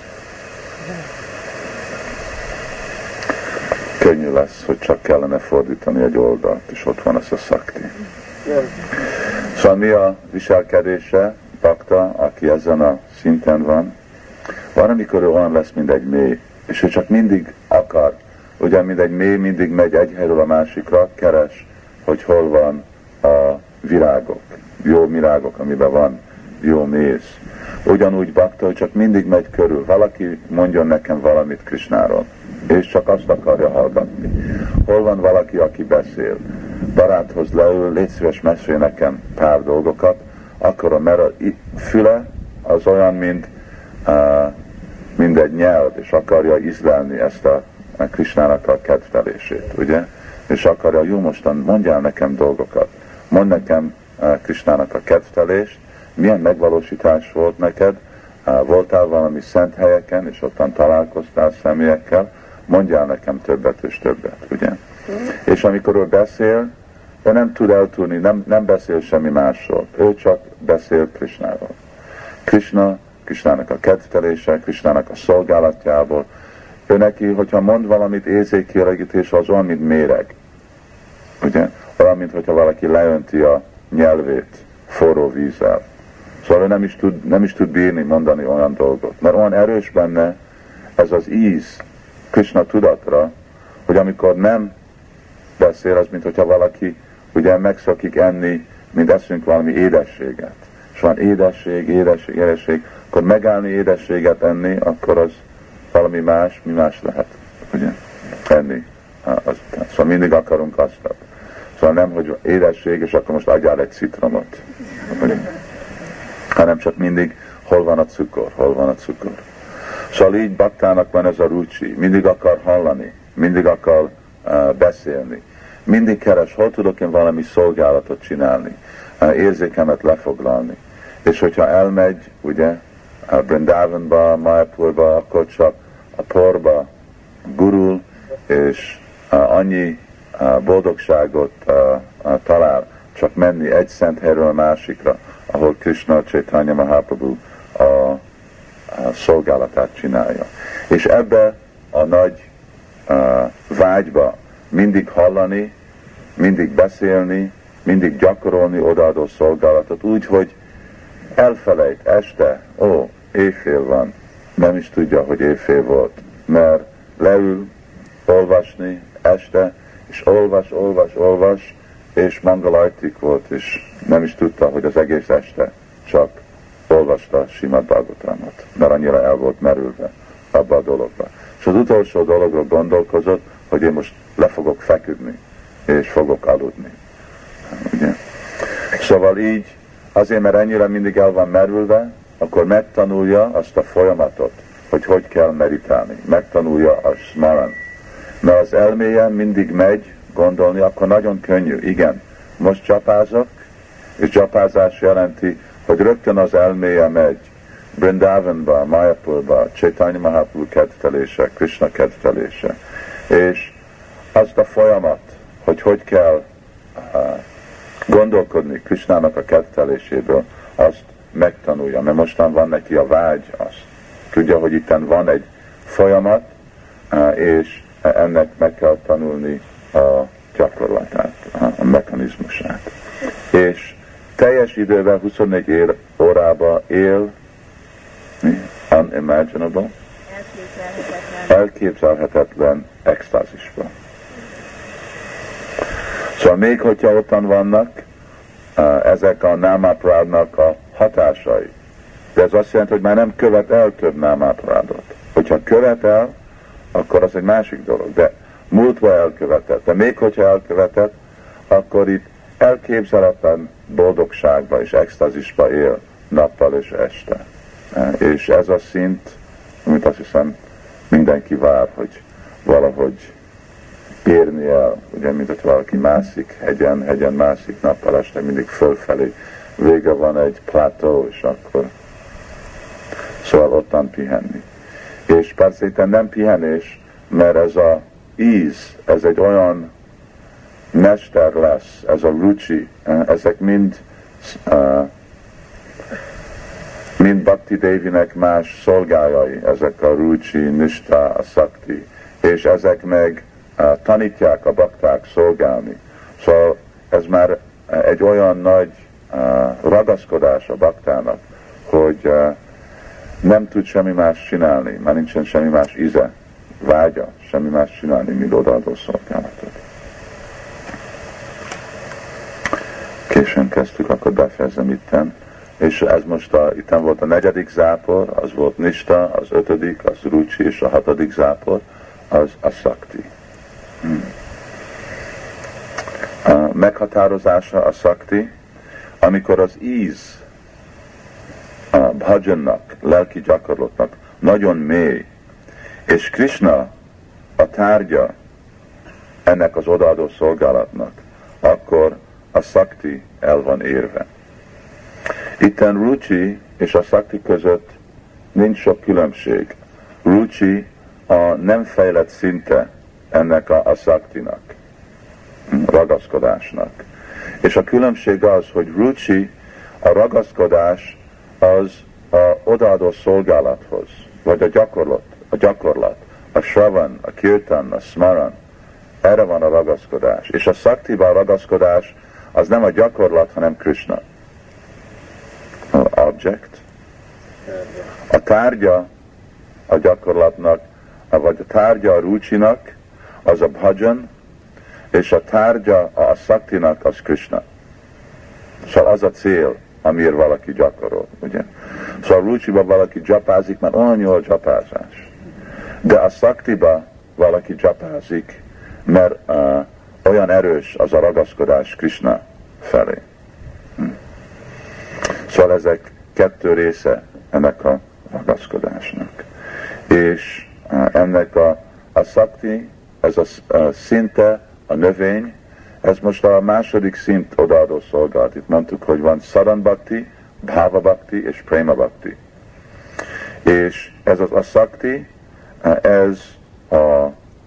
Könnyű lesz, hogy csak kellene fordítani egy oldalt, és ott van ez a szakti. Szóval mi a viselkedése bakta, aki ezen a szinten van? Van, amikor ő olyan lesz, mint egy mély, és ő csak mindig akar, ugye, mint egy mély, mindig megy egy helyről a másikra, keres, hogy hol van a virágok, jó virágok, amiben van jó méz. Ugyanúgy bakta, hogy csak mindig megy körül. Valaki mondjon nekem valamit Krishnáról, és csak azt akarja hallgatni. Hol van valaki, aki beszél? Baráthoz leül, légy szíves, mesélj nekem pár dolgokat, akkor mert a füle az olyan, mint egy nyelv, és akarja ízlelni ezt a Krishnának a kedvelését, ugye? És akarja, jó, mostan mondjál nekem dolgokat, mondd nekem Krishnának a kedvelést, milyen megvalósítás volt neked, voltál valami szent helyeken, és ottan találkoztál személyekkel, mondjál nekem többet és többet, ugye? És amikor ő beszél, ő nem tud eltúrni, nem beszél semmi másról, ő csak beszél Krishnáról. Krishnának a kedvelése, Krishnának a szolgálatjából. Ő neki, hogyha mond valamit érzékkielégítés, az olyan, mint méreg. Ugye? Olyan, mint hogyha valaki leönti a nyelvét forró vízzel. Szóval ő nem is tud bírni mondani olyan dolgot. Mert olyan erős benne ez az íz Krishna tudatra, hogy amikor nem beszél, az, mint hogyha valaki ugye megszokik enni, mint eszünk valami édességet. És van édesség, akkor megállni édességet enni, akkor az valami más, mi más lehet, ugye, enni azután. Szóval mindig akarunk azt. Szóval nem, hogy édesség, és akkor most adjál egy citromot. Hanem csak mindig, hol van a cukor. Szóval így baktának van ez a rucsi, mindig akar hallani, mindig akar beszélni, mindig keres, hol tudok én valami szolgálatot csinálni, érzékemet lefoglalni. És hogyha elmegy, ugye, Brindavanba, Mayapurba, akkor csak a porba gurul, és annyi boldogságot talál, csak menni egy szent helyről a másikra, ahol Krishna Chaitanya Mahaprabhu a szolgálatát csinálja. És ebbe a nagy vágyba mindig hallani, mindig beszélni, mindig gyakorolni odaadó szolgálatot, úgy, hogy elfelejt este, éjfél van, nem is tudja, hogy éjfél volt, mert leül olvasni este, és olvas, és Mangalajtik volt, és nem is tudta, hogy az egész este csak olvasta Simad Bhagavatamot, mert annyira el volt merülve abba a dologba. És az utolsó dologra gondolkozott, hogy én most le fogok feküdni, és fogok aludni. Ugye? Szóval így, azért, mert ennyire mindig el van merülve, akkor megtanulja azt a folyamatot, hogy kell meditálni. Megtanulja a smaran. Mert az elméje mindig megy gondolni, akkor nagyon könnyű. Igen, most csapázok, és csapázás jelenti, hogy rögtön az elméje megy Vrindavanba, Mayapurba, Chaitanya Mahaprabhu kedvelése, Krishna kedvelése. És azt a folyamat, hogy kell gondolkodni Krishnának a kedveléséből, azt megtanulja, mert mostan van neki a vágy, azt tudja, hogy itten van egy folyamat, és ennek meg kell tanulni a gyakorlatát, a mechanizmusát. És teljes időben 24 órában él, unimaginable, elképzelhetetlen extázisban. Szóval még hogyha ottan vannak ezek a námáprádnak a hatásai, de ez azt jelenti, hogy már nem követ el több námáprádot. Hogyha követ el, akkor az egy másik dolog, de múltva elkövetett. De még hogyha elkövetett, akkor itt elképzelhetetlen boldogságba és extázisba él nappal és este. És ez a szint, amit azt hiszem mindenki vár, hogy valahogy érni el, ugye, mint hogy valaki mászik hegyen mászik nappal este, mindig fölfelé. Vége van egy plató, és akkor szóval ottan pihenni. És persze itt nem pihenés, mert ez a íz, ez egy olyan mester lesz, ez a rucsi, ezek mind Bhakti Devinek más szolgájai, ezek a rucsi, nishta, a szakti, és ezek meg tanítják a bakták szolgálni. Szóval ez már egy olyan nagy ragaszkodás a baktának, hogy nem tud semmi más csinálni, már nincsen semmi más íze, vágya, semmi más csinálni, mint odaadó szolgálatot. Későn kezdtük, akkor befejezem itten. És ez most itten volt a 4. zápor, az volt nishta, az 5., az rucsi, és a 6. zápor, az a szakti. A meghatározása a szakti, amikor az íz a bhajannak, lelki gyakorlatnak nagyon mély, és Krishna a tárgya ennek az odaadó szolgálatnak, akkor a szakti el van érve. Itten rucsi és a szakti között nincs sok különbség. Rucsi a nem fejlett szinte ennek a szaktinak, ragaszkodásnak. És a különbség az, hogy rucsi, a ragaszkodás az a odaadó szolgálathoz, vagy a gyakorlat, a shravan, a kirtan, a smaran, erre van a ragaszkodás. És a szaktiban a ragaszkodás az nem a gyakorlat, hanem Krishna. Object. A tárgya a gyakorlatnak, vagy a tárgya a rucsinak, az a bhajan, és a tárgya a szaktinak, az Krishna. Szóval az a cél, amiért valaki gyakorol, ugye? Szóval rucsiba valaki japázik, mert olyan jó a japázás. De a szaktiba valaki japázik, mert olyan erős az a ragaszkodás Krishna felé. Szóval ezek 2 része ennek a ragaszkodásnak. És ennek a szakti, ez a szinte, a növény, ez most a 2. szint odaadó szolgálat. Itt mondtuk, hogy van sadhan bhakti, bhava bhakti és prema bhakti. És ez a szakti, ez a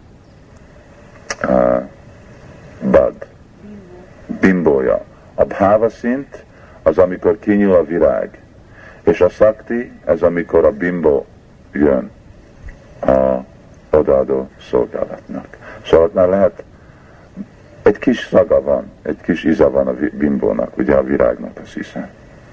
bad, bimbója. A bhava szint az, amikor kinyúl a virág. És a szakti, ez amikor a bimbó jön a odaadó szolgálatnak. Szóval már lehet, egy kis szaga van, egy kis íze van a bimbónak, ugye a virágnak az íze.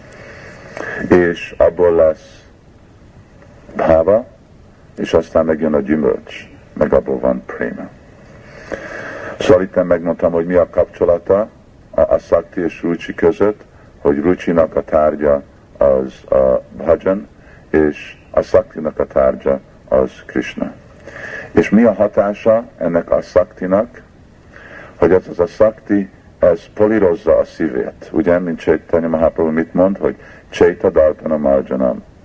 És abból lesz bhava, és aztán megjön a gyümölcs, meg abból van prema. Szóval itt megmondtam, hogy mi a kapcsolata a szakti és rucsi között, hogy rucsinak a tárgya az a bhajan, és a szaktinak a tárgya az Krishna. És mi a hatása ennek a szaktinak? Hogy ez a szakti, ez polírozza a szívét. Ugye, mint Chaitanya Mahaprabhu mit mond, hogy Chaita Darpana Marjanam,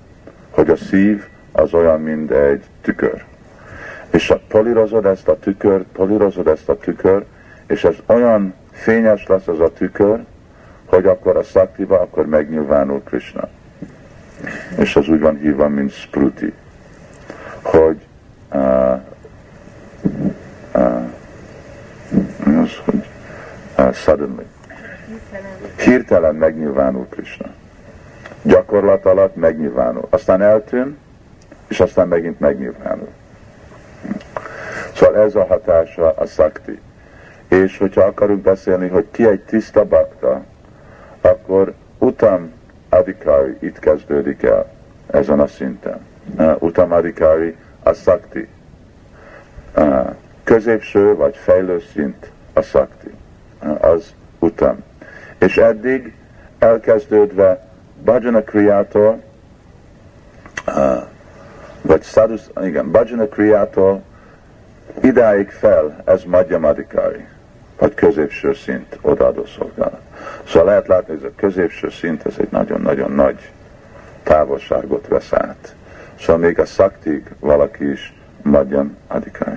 hogy a szív az olyan, mint egy tükör. És polírozod ezt a tükör, és ez olyan fényes lesz az a tükör, hogy akkor a szaktiba, akkor megnyilvánul Krishna. És az úgy van hívva, mint spruti. Hogy suddenly. Hirtelen megnyilvánul Krishna. Gyakorlat alatt megnyilvánul. Aztán eltűn, és aztán megint megnyilvánul. Szóval ez a hatása a szakti. És hogyha akarunk beszélni, hogy ki egy tiszta bakta, akkor utam adhikari itt kezdődik el ezen a szinten. Utam adhikari a szakti. Középső vagy fejlő szint a szakti. Az utam. És eddig elkezdődve bhajana kriyától, vagy bhajana kriyától idáig fel, ez madhyam adhikari, vagy középső szint, odaadó szolgálat. Szóval lehet látni, hogy ez a középső szint, ez egy nagyon-nagyon nagy távolságot vesz át. Szóval még a szaktig valaki is madhyam adhikari.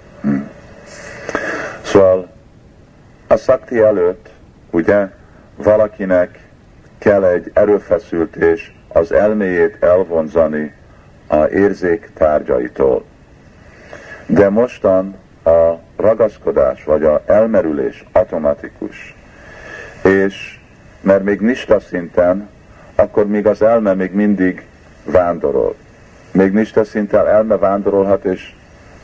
Szóval a szakti előtt, ugye, valakinek kell egy erőfeszültés az elméjét elvonzani a érzék tárgyaitól. De mostan a ragaszkodás vagy a elmerülés automatikus. És mert még nista szinten, akkor még az elme még mindig vándorol. Még nista szinten elme vándorolhat, és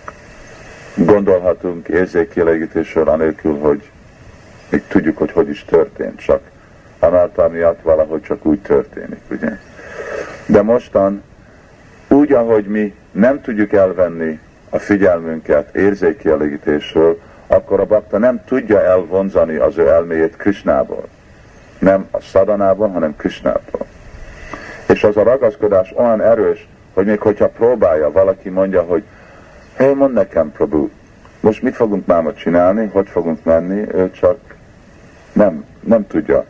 gondolhatunk érzékkielégítésről anélkül, hogy még tudjuk, hogy is történt, csak análtal miatt valahogy csak úgy történik, ugye? De mostan úgy, ahogy mi nem tudjuk elvenni a figyelmünket érzékkielégítésről, akkor a bakta nem tudja elvonzani az ő elméjét Krishnából. Nem a szadanából, hanem Krishnából. És az a ragaszkodás olyan erős, hogy még hogyha próbálja, valaki mondja, hogy hé, mondd nekem, Prabhu, most mit fogunk máma csinálni, hogy fogunk menni, ő csak nem tudja.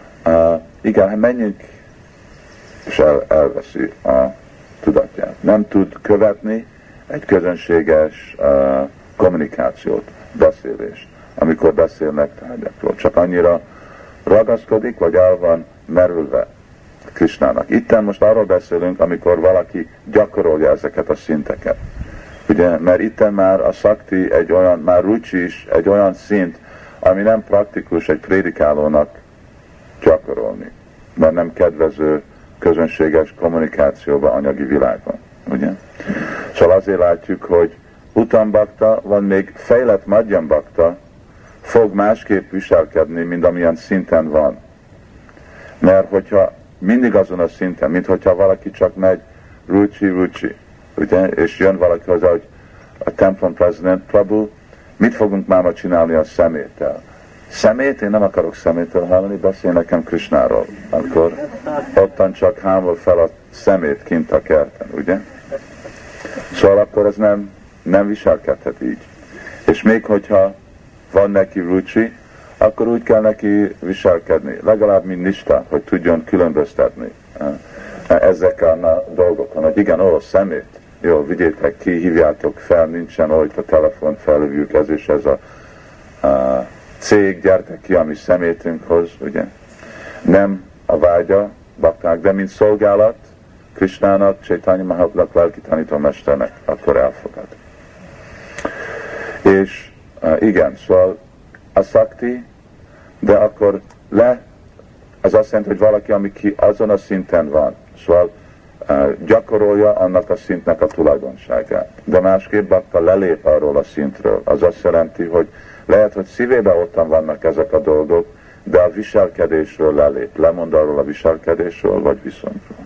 Igen, menjünk, és elveszi a tudatját. Nem tud követni egy közönséges kommunikációt, beszélést, amikor beszélnek tárgyakról. Csak annyira ragaszkodik, vagy el van merülve Krishnának. Itten most arról beszélünk, amikor valaki gyakorolja ezeket a szinteket. Ugye, mert itten már a szakti egy olyan, már rucsi is egy olyan szint, ami nem praktikus egy prédikálónak gyakorolni, mert nem kedvező közönséges kommunikációba anyagi világban. Ugye? Szóval azért látjuk, hogy utam bakta, van még fejlett madhyam bakta, fog másképp viselkedni, mint amilyen szinten van. Mert hogyha mindig azon a szinten, mint hogyha valaki csak megy rucsi, ugye? És jön valaki hozzá, hogy a templom president, Prabhu, mit fogunk máma csinálni a szeméttel? Szemét? Én nem akarok szemétől hallani, beszélj nekem Krishnáról. Akkor ottan csak hámol fel a szemét kint a kerten, ugye? Szóval akkor ez nem viselkedhet így. És még hogyha van neki rucsi, akkor úgy kell neki viselkedni, legalább mint nista, hogy tudjon különböztetni ezeken a dolgokon, hogy igen, szemét, jó, vigyétek ki, hívjátok fel, nincsen olyan a telefon, felhívjuk ez és ez a cég, gyertek ki a mi szemétünkhoz, ugye? Nem a vágya, bakták, de mint szolgálat, Krishnának, Chaitanya Mahaprabhunak, lelki tanítómesternek, akkor elfogad. És igen, szóval a szakti, de akkor az azt jelenti, hogy valaki, ami ki azon a szinten van, szóval gyakorolja annak a szintnek a tulajdonságát. De másképp bakta lelép arról a szintről. Az azt jelenti, hogy lehet, hogy szívében ottan vannak ezek a dolgok, de a viselkedésről lelép. Lemond arról a viselkedésről, vagy viszonyról.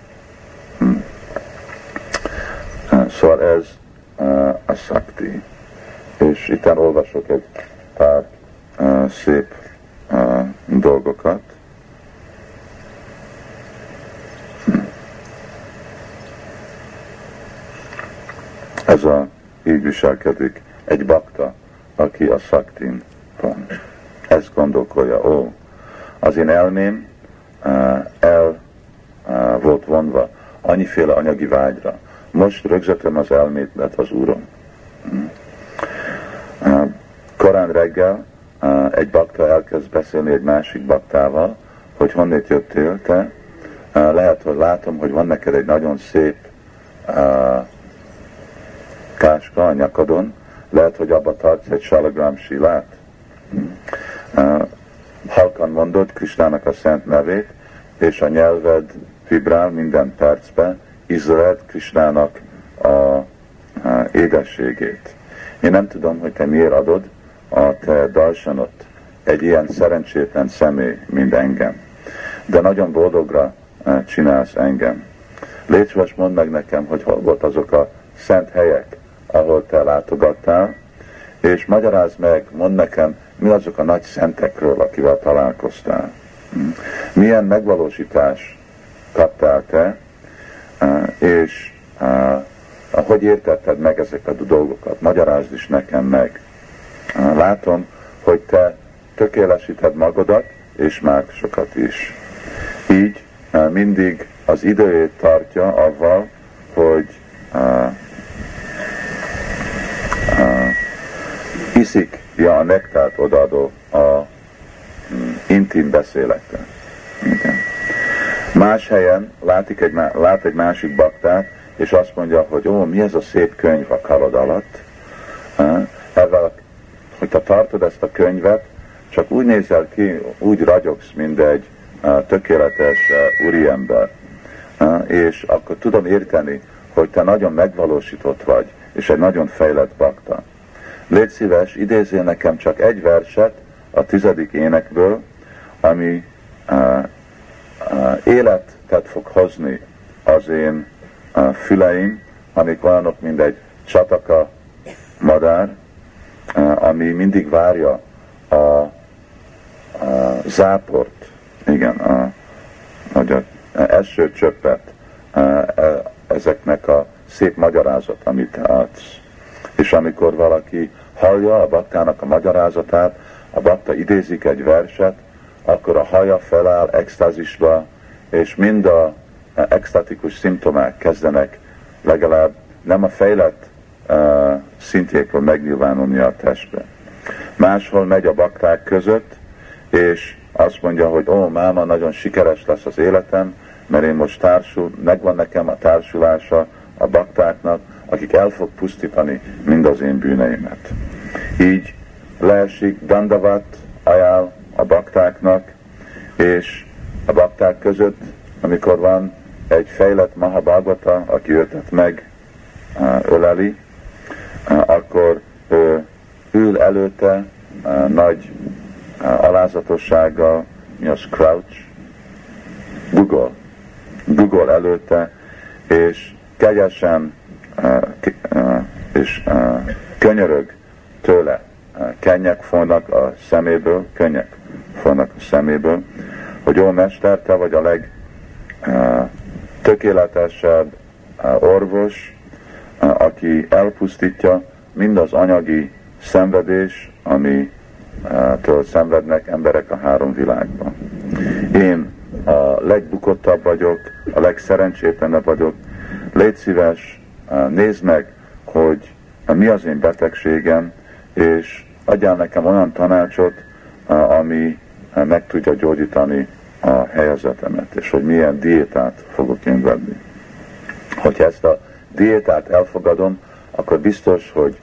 Szóval ez a szakti. És itt olvasok egy pár szép dolgokat. Így viselkedik egy bakta, aki a szaktin van. Ezt gondolkodja, az én elmém el volt vonva annyiféle anyagi vágyra. Most rögzítem az elmélet az Úrom. Korán reggel egy bakta elkezd beszélni egy másik baktával, hogy honnét jöttél te. Lehet, hogy látom, hogy van neked egy nagyon szép káska a nyakadon, lehet, hogy abba tartsz egy salagram silát. Halkan mondod Krisnának a szent nevét, és a nyelved vibrál minden percben, ízled Krisnának a édességét. Én nem tudom, hogy te miért adod a te darsanot egy ilyen szerencsétlen személy, mint engem. De nagyon boldogra csinálsz engem. Légy szíves, mondd meg nekem, hogy hol volt azok a szent helyek, ahol te látogattál, és magyarázd meg, mondd nekem, mi azok a nagy szentekről, akivel találkoztál. Milyen megvalósítás kaptál te, és hogy értetted meg ezeket a dolgokat. Magyarázd is nekem meg. Látom, hogy te tökélesíted magadat, és másokat is. Így mindig az időjét tartja avval, hogy iszik a nektárt odaadó a intim beszélekre. Igen. Más helyen lát egy másik baktát, és azt mondja, hogy mi ez a szép könyv a karod alatt. Ezzel, hogyha tartod ezt a könyvet, csak úgy nézel ki, úgy ragyogsz, mint egy tökéletes úriember. És akkor tudom érteni, hogy te nagyon megvalósított vagy, és egy nagyon fejlett bakta. Légy szíves, idézzél nekem csak egy verset a 10. énekből, ami életet fog hozni az én füleim, amik olyanok, mint egy csataka madár, ami mindig várja a záport, igen, a első csöppet ezeknek a szép magyarázat, amit te adsz. És amikor valaki hallja a baktának a magyarázatát, a bakta idézik egy verset, akkor a haja feláll extázisba, és mind a extatikus szimptomák kezdenek legalább nem a fejlett szintjékről megnyilvánulni a testbe. Máshol megy a bakták között, és azt mondja, hogy máma, nagyon sikeres lesz az életem, mert én most megvan nekem a társulása a baktáknak, akik el fog pusztítani mind az én bűneimet. Így leesik Dandavat ajánl a baktáknak, és a bakták között, amikor van egy fejlett Mahabhagavata, aki őtet megöleli, akkor ő ül előtte nagy alázatossággal, mi az crouch, dugol előtte, és kegyesen és könyörög tőle. Könnyek folynak a szeméből, hogy ó mester, te vagy a legtökéletesebb orvos, aki elpusztítja mind az anyagi szenvedés, amitől szenvednek emberek a 3 világban. Én a legbukottabb vagyok, a legszerencsétlenebb vagyok. Légy szíves, nézd meg, hogy mi az én betegségem, és adjál nekem olyan tanácsot, ami meg tudja gyógyítani a helyzetemet, és hogy milyen diétát fogok én venni. Hogyha ezt a diétát elfogadom, akkor biztos, hogy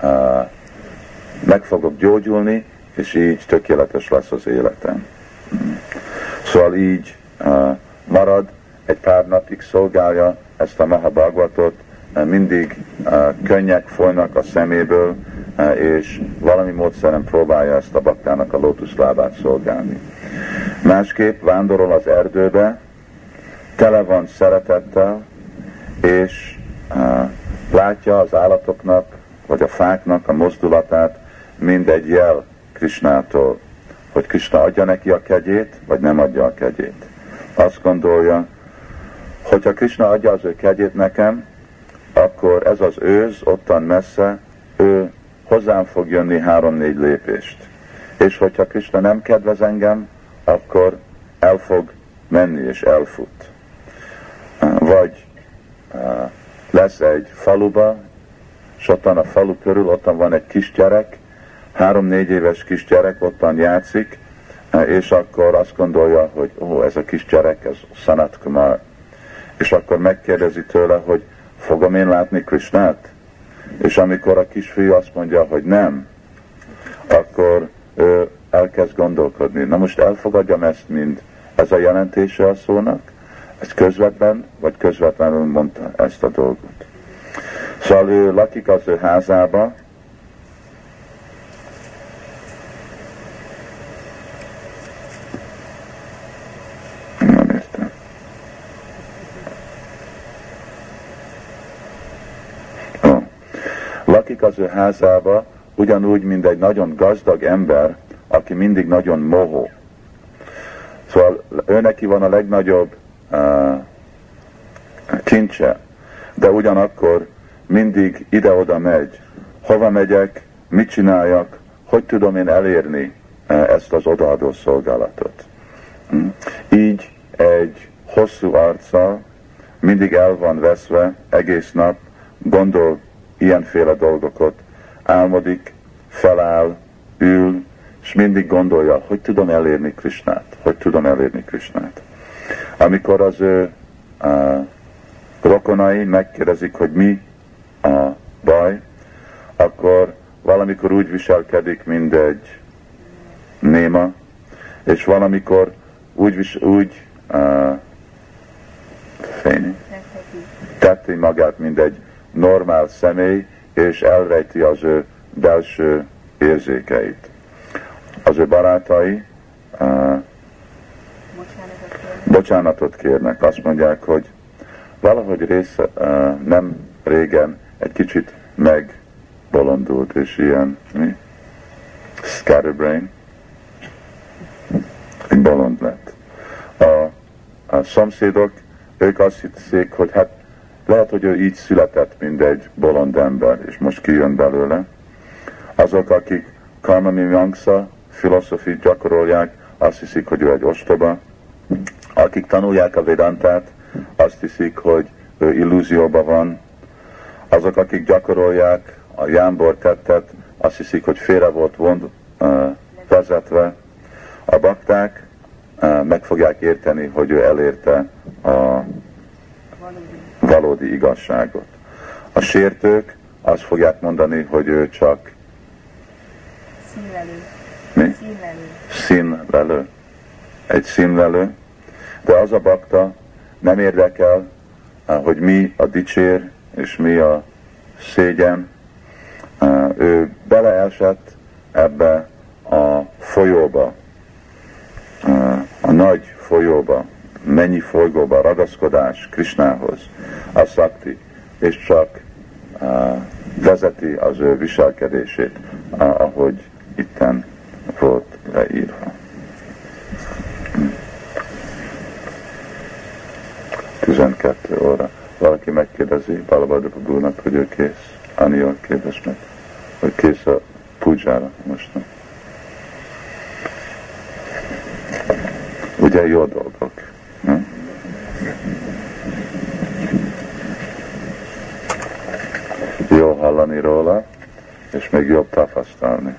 meg fogok gyógyulni, és így tökéletes lesz az életem. Szóval így marad, egy pár napig szolgálja ezt a Mahabhagavatot, mindig könnyek folynak a szeméből, és valami módszeren próbálja ezt a baktának a lótuszlábát szolgálni. Másképp vándorol az erdőbe, tele van szeretettel, és látja az állatoknak, vagy a fáknak a mozdulatát, mind egy jel Krisnától, hogy Krisna adja neki a kegyét, vagy nem adja a kegyét. Azt gondolja, hogyha Krisna adja az ő kegyét nekem, akkor ez az őz ottan messze, ő hozzám fog jönni 3-4 lépést. És hogyha Krisna nem kedvez engem, akkor el fog menni és elfut. Vagy lesz egy faluba, és ottan a falu körül, ottan van egy kisgyerek, 3-4 éves kisgyerek ottan játszik, és akkor azt gondolja, hogy ez a kisgyerek, ez Sanat Kumar. És akkor megkérdezi tőle, hogy fogom én látni Krishnát? És amikor a kisfiú azt mondja, hogy nem, akkor ő elkezd gondolkodni. Na most elfogadjam ezt, mint ez a jelentése a szónak? Ez közvetlen, vagy közvetlenül mondta ezt a dolgot. Szóval ő lakik az ő házába, nem értem. Lakik az ő házába, ugyanúgy, mint egy nagyon gazdag ember, aki mindig nagyon mohó. Szóval ő neki van a legnagyobb kincse, de ugyanakkor mindig ide-oda megy. Hova megyek, mit csináljak, hogy tudom én elérni ezt az odaadó szolgálatot. Így egy hosszú arccal mindig el van veszve, egész nap gondol ilyenféle dolgokat, álmodik, feláll, ül, és mindig gondolja, hogy tudom elérni Krishnát, hogy tudom elérni Krishnát. Amikor az ő rokonai megkérdezik, hogy mi a baj, akkor valamikor úgy viselkedik, mint egy néma, és valamikor úgy teti magát, mint egy normál személy, és elrejti az ő belső érzékeit. Az ő barátai bocsánatot kérnek, azt mondják, hogy valahogy nem régen egy kicsit megbolondult, és ilyen scatterbrain, bolond lett. A szomszédok, ők azt hiszik, hogy hát lehet, hogy ő így született, mint egy bolond ember, és most kijön belőle. Azok, akik karma mimamsa filozófiát gyakorolják, azt hiszik, hogy ő egy ostoba. Akik tanulják a Vedantát, azt hiszik, hogy ő illúzióban van. Azok, akik gyakorolják a jámbor tettet, azt hiszik, hogy félre volt vezetve. A bakták meg fogják érteni, hogy ő elérte a valódi igazságot. A sértők azt fogják mondani, hogy ő csak színlelő. Mi? Színlelő. Egy színlelő. De az a bakta nem érdekel, hogy mi a dicsér és mi a szégyen. Ő beleesett ebbe a folyóba, a nagy folyóba, mennyi folyóba, ragaszkodás Krishnához, a szakti, és csak vezeti az ő viselkedését, ahogy itten volt leírva. 12 óra. Valaki megkérdezi Balabhadra Prabhunak, hogy ő kész. Aniel kérdez meg, hogy kész a pujára most. Ugye jó dolgok. Jó hallani róla, és még jobb tapasztalni.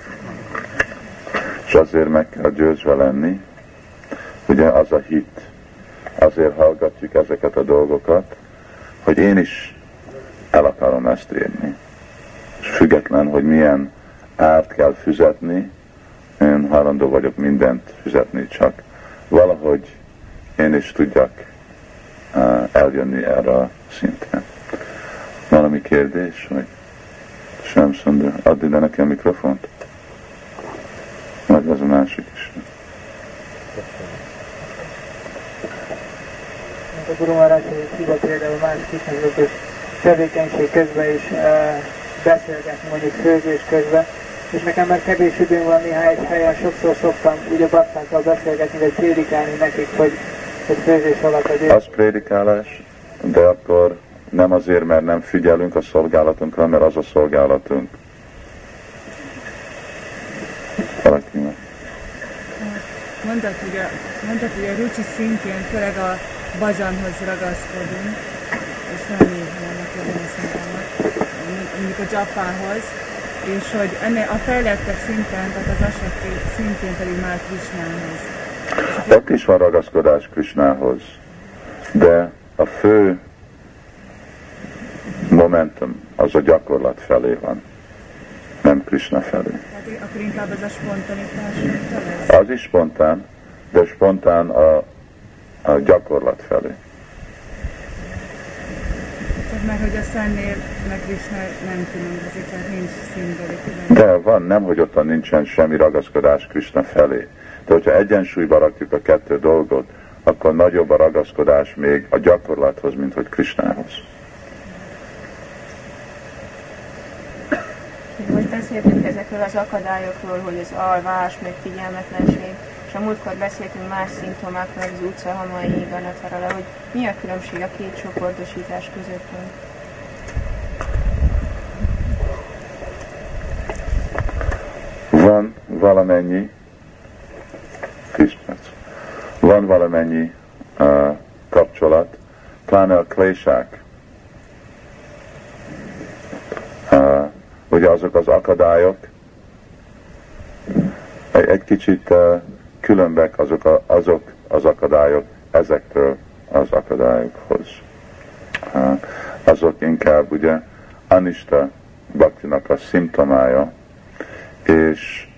És azért meg kell győzve lenni, ugye az a hit. Azért hallgatjuk ezeket a dolgokat, hogy én is el akarom ezt érni. És független, hogy milyen árt kell fizetni, én hajlandó vagyok mindent fizetni, csak valahogy én is tudjak eljönni erre a szintre. Valami kérdés? Vagy sem Szandra? Add ide nekem a mikrofont. Vagy az a másik is. A Guru Maharaj hívva például más kisnagyokus tevékenység közben is beszélgetni, mondjuk főzés közben, és nekem már kevés időm van néha egy helyen, sokszor szoktam úgy a baktákkal beszélgetni, vagy prédikálni nekik, hogy főzés alatt az az prédikálás, de akkor nem azért, mert nem figyelünk a szolgálatunkra, mert az a szolgálatunk. Valakinek. Mondtad, hogy a Rucsi szintjén főleg a bhajanhoz ragaszkodunk, és valami vannak jobban szintának, mondjuk a Japánhoz, és hogy ennél a fejlettebb szinten, tehát az Asakti szintén pedig már Krisnához. Ott is van ragaszkodás Krisnához, de a fő momentum az a gyakorlat felé van, nem Krishna felé. Tehát akkor inkább ez a spontanitás lesz? Az is spontán, de spontán a gyakorlat felé. Tehát már, hogy a szennél meg Krishna nem különbözik, tehát nincs színbeli különbség. De van, nem, hogy ott nincsen semmi ragaszkodás Krishna felé. De hogyha egyensúlyba rakjuk a kettő dolgot, akkor nagyobb a ragaszkodás még a gyakorlathoz, mint hogy Krishnához. Hogy beszéltünk ezekről az akadályokról, hogy az alvás, meg figyelmetlenség, és a múltkor beszéltünk más szimptomákról, az utcahamai, ganatarala, hogy mi a különbség a két csoportosítás közöttünk? Van valamennyi 10 perc. Van valamennyi kapcsolat, pláne a klésák. Ugye azok az akadályok egy kicsit különbek azok az akadályok ezektől az akadályokhoz. Azok inkább ugye anista bhaktinak a szimptomája, és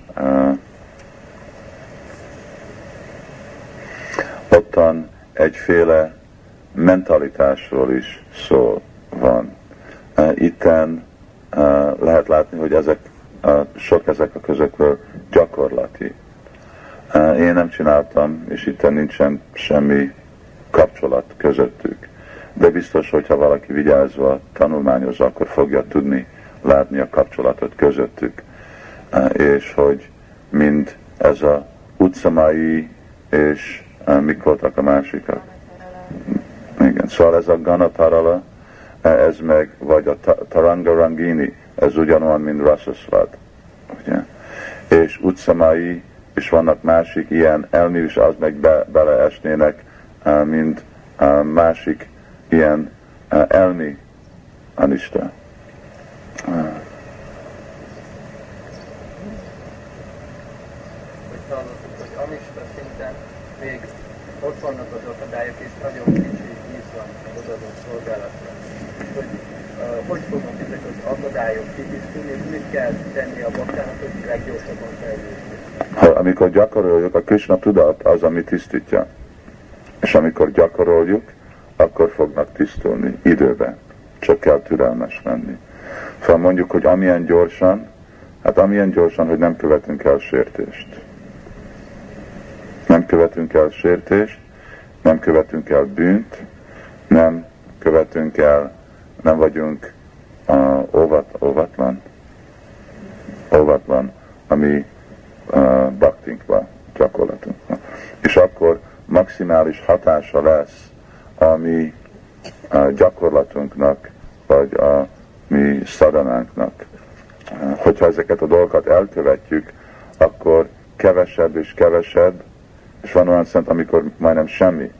ottan egyféle mentalitásról is szó van. Itten lehet látni, hogy sok ezek a közökből gyakorlati. Én nem csináltam, és itt nincsen semmi kapcsolat közöttük. De biztos, hogyha valaki vigyázva tanulmányozza, akkor fogja tudni látni a kapcsolatot közöttük. És hogy mind ez a utcamai, és mik voltak a másikak? Igen, szóval ez a Ganatarala, ez meg, vagy a Taranga Rangini, ez ugyanolyan, mint Rasasvad. Ugye? És utcamai, és vannak másik ilyen elmi, és az meg beleesnének, mint másik ilyen elmi anista. Hogy anista szinten még ott vannak az akadályok, és nagyon kicsi víz van az adott szolgálatra. Hogy fognak ezek az akadályok kitisztulni, és mit kell tenni a baktának, hogy leggyorsabban fejlődjön? Amikor gyakoroljuk, a Krishna tudat az, ami tisztítja. És amikor gyakoroljuk, akkor fognak tisztulni időben. Csak kell türelmes lenni. Szóval mondjuk, hogy amilyen gyorsan, hogy nem követünk el sértést. Nem követünk el sértést, nem követünk el bűnt, nem vagyunk óvatlan a mi bhaktinkban, gyakorlatunkban. És akkor maximális hatása lesz a mi gyakorlatunknak, vagy a mi szadanánknak. Hogyha ezeket a dolgokat elkövetjük, akkor kevesebb és kevesebb, és van olyan szent, amikor majdnem semmi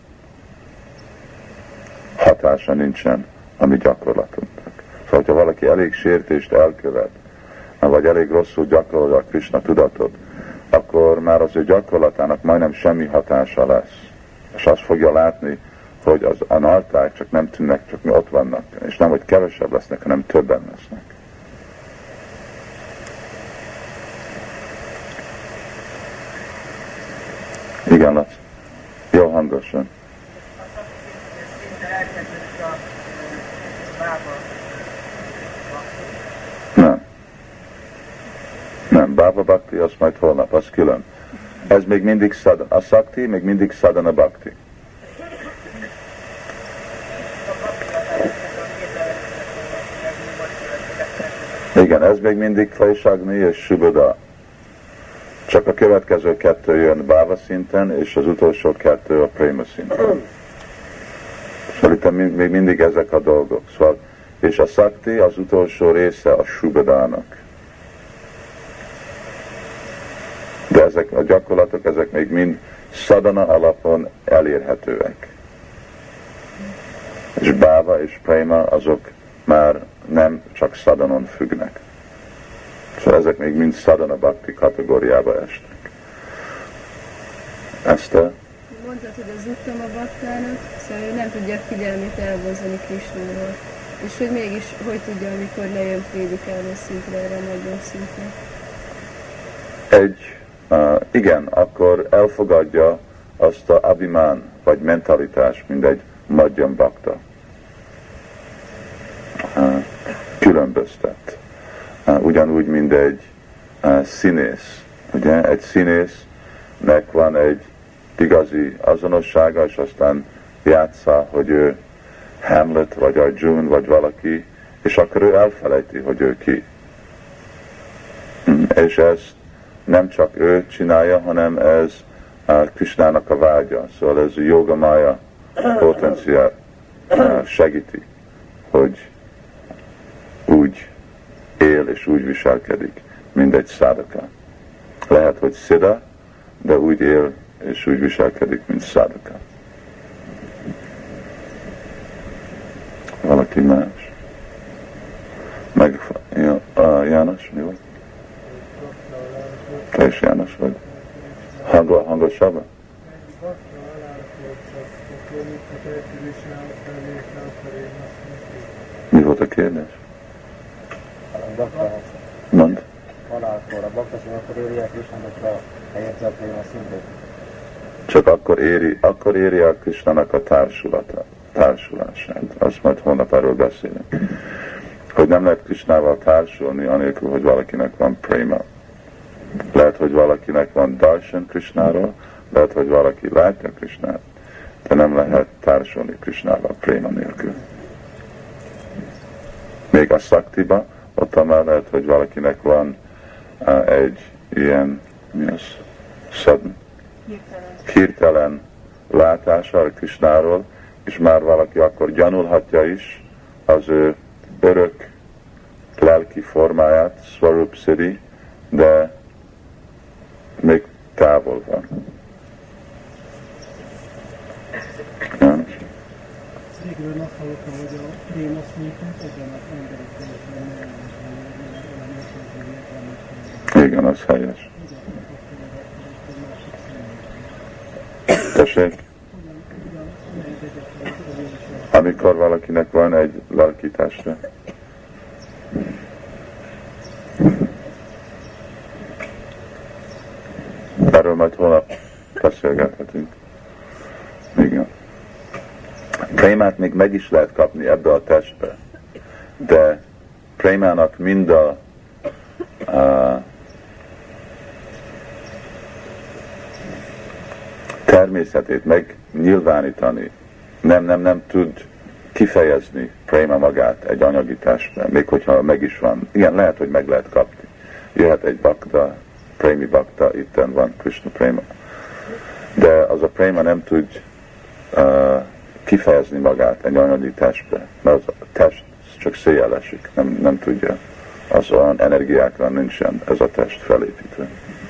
hatása nincsen a mi gyakorlatunknak. Szóval, hogyha valaki elég sértést elkövet, vagy elég rosszul gyakorolja a Krishna tudatot, akkor már az ő gyakorlatának majdnem semmi hatása lesz. És azt fogja látni, hogy az anarták csak nem tűnnek, csak mi ott vannak. És nem, hogy kevesebb lesznek, hanem többen lesznek. Igen, Laci. Jó hangosan. Nem, Bhava Bhakti, az majd holnap, az külön. Ez még mindig sadhana, a Sakti még mindig sadhana Bhakti. Igen, ez még mindig Kleshagni és Subhada. Csak a következő kettő jön Bhava szinten, és az utolsó kettő a Prema szinten. Szóval itt még mindig ezek a dolgok. Szóval, és a Sakti az utolsó része a Subhadának. De ezek a gyakorlatok, ezek még mind sadhana alapon elérhetőek. És báva és préma azok már nem csak szadanon függnek. Szóval ezek még mind szadana bhakti kategóriába esnek. Ezt a... Mondtad, hogy az uttama baktának, szóval ő nem tudja figyelmét elvonzani Krisnáról. És hogy mégis, hogy tudja, amikor lejön prédikálni szintre, erre a nagyobb szintre? Igen, akkor elfogadja azt a abhimán, vagy mentalitás, mint egy madhyam bakta. Különböztet. Ugyanúgy, mint egy színész. Ugye? Egy színésznek van egy igazi azonossága, és aztán játsza, hogy ő Hamlet, vagy Arjun, vagy valaki, és akkor ő elfelejti, hogy ő ki. És ezt nem csak ő csinálja, hanem ez Krishnának a vágya. Szóval ez a Yoga Maya potenciál segíti, hogy úgy él és úgy viselkedik, mint egy szádaka. Lehet, hogy szida, de úgy él és úgy viselkedik, mint szádaka. Valaki más? Meg János, mi vagy? Te is János vagy? Hangosabban? Mi volt a kérdés? Mondd. Halálkor, a baktasok akkor éri el Krisnának a helyette a préma szintet? Csak akkor éri el Krisnának a társulását. Azt majd holnap erről beszélünk. Hogy nem lehet Krisnával társulni, anélkül, hogy valakinek van préma. Lehet, hogy valakinek van darshan Krishnáról, lehet, hogy valaki látja Krishnát, de nem lehet társulni Krisnával préma nélkül. Még a szaktiba, ott már lehet, hogy valakinek van egy ilyen, mi az? Sudden? Hirtelen látása a Krishnáról, és már valaki akkor gyanulhatja is az ő örök lelki formáját, Swarup Siddhi, de még távol van. János? Régről azt hallottam, hogy a préma szintet ebben az emberi közben igen, az helyes. Tessék? Amikor valakinek van egy lelki teste. Erről majd holnap beszélgethetünk. Igen. Prémát még meg is lehet kapni ebbe a testbe, de prémának mind a természetét megnyilvánítani, nem tud kifejezni préma magát egy anyagi testben, még hogyha meg is van. Igen, lehet, hogy meg lehet kapni. Jöhet egy bakta, prémi bakta, itten van Krishna préma. De az a préma nem tud kifejezni magát egy anyagi testbe, mert az a test csak széjjel esik, nem tudja. Az olyan energiákra nincsen ez a test felépítve.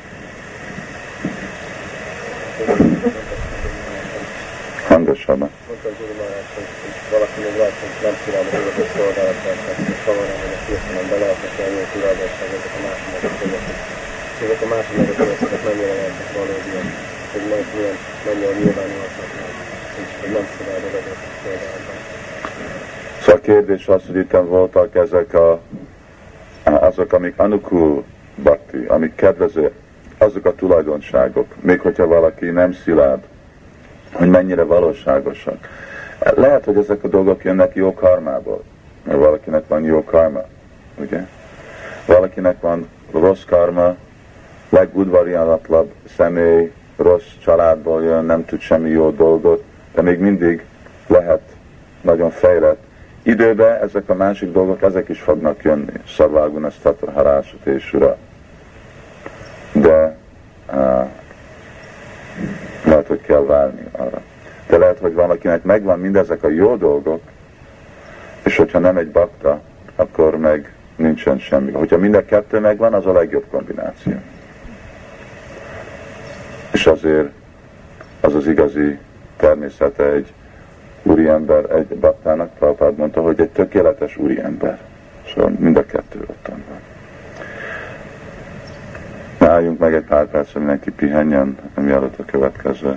Hangosabban. Mondta az Úr Maharaj, hogy valaki még lehet, hogy nem csinálni a szolgálatát, hogy kavarán, hogy ezt hirtelen be lehetnek elni a tulajdonság ezek a másodlagos közöttek. És ezek a másodlagos közöttek mennyire lehetnek valódiak, hogy majd mennyire nyilvánulhatnak meg, és hogy nem csinálni a szolgálatban. Szóval a kérdés az, hogy itt voltak ezek azok, amik anukul bhakti, amik kedvező, azok a tulajdonságok, még hogyha valaki nem szilárd, hogy mennyire valóságosak. Lehet, hogy ezek a dolgok jönnek jó karmából, mert valakinek van jó karma, ugye? Valakinek van rossz karma, legudvariatlabb személy, rossz családból jön, nem tud semmi jó dolgot, de még mindig lehet nagyon fejlett. Időben ezek a másik dolgok, ezek is fognak jönni, Szarváguna, Sztatra, Harásat és Ura. De lehet, hogy kell várni arra. De lehet, hogy valakinek megvan mindezek a jó dolgok, és hogyha nem egy bakta, akkor meg nincsen semmi. Hogyha mind a kettő megvan, az a legjobb kombináció. És azért az az igazi természete egy úriember egy baktának, Prabhupád mondta, hogy egy tökéletes úriember. Szóval mind a kettő ott van. Álljunk meg egy pár percre, mindenki pihenjen, mielőtt a következő.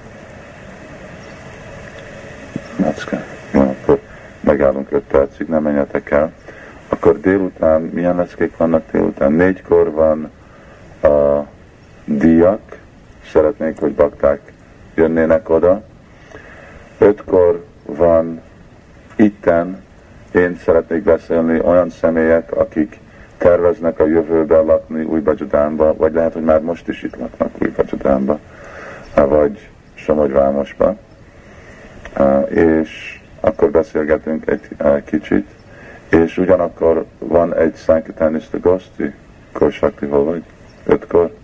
Macska. Jó, akkor megállunk 5 percig, nem menjetek el. Akkor délután, milyen leckék vannak délután? 4-kor van a díjak, szeretnék, hogy bakták jönnének oda. 5-kor van itten, én szeretnék beszélni olyan személyek, akik terveznek a jövőben lakni Új-Bajodánba, vagy lehet, hogy már most is itt laknak Új-Bajodánba, vagy Somogyvámosba. És akkor beszélgetünk egy kicsit. És ugyanakkor van egy Sankirtanista Goszti, Korsakti, hol vagy? 5-kor?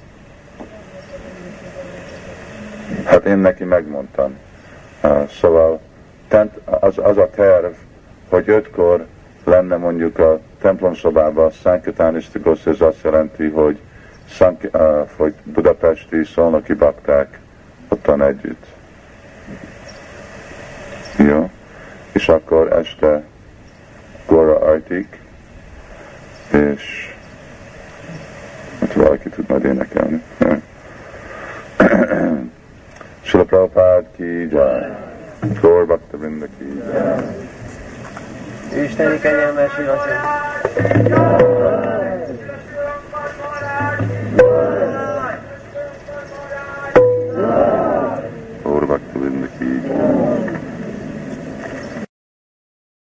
Hát én neki megmondtam. Szóval az a terv, hogy 5-kor lenne mondjuk a templomszobában Sankirtanista Goszti, ez azt jelenti, hogy budapesti, szolnoki bakták ottan együtt. Jó? És akkor este Gora Artik, és hát valaki tud majd énekelni. Srila Prabhupád ki jai, Gaur Bhakta-vrinda ki jai. Isteni kegyelmes,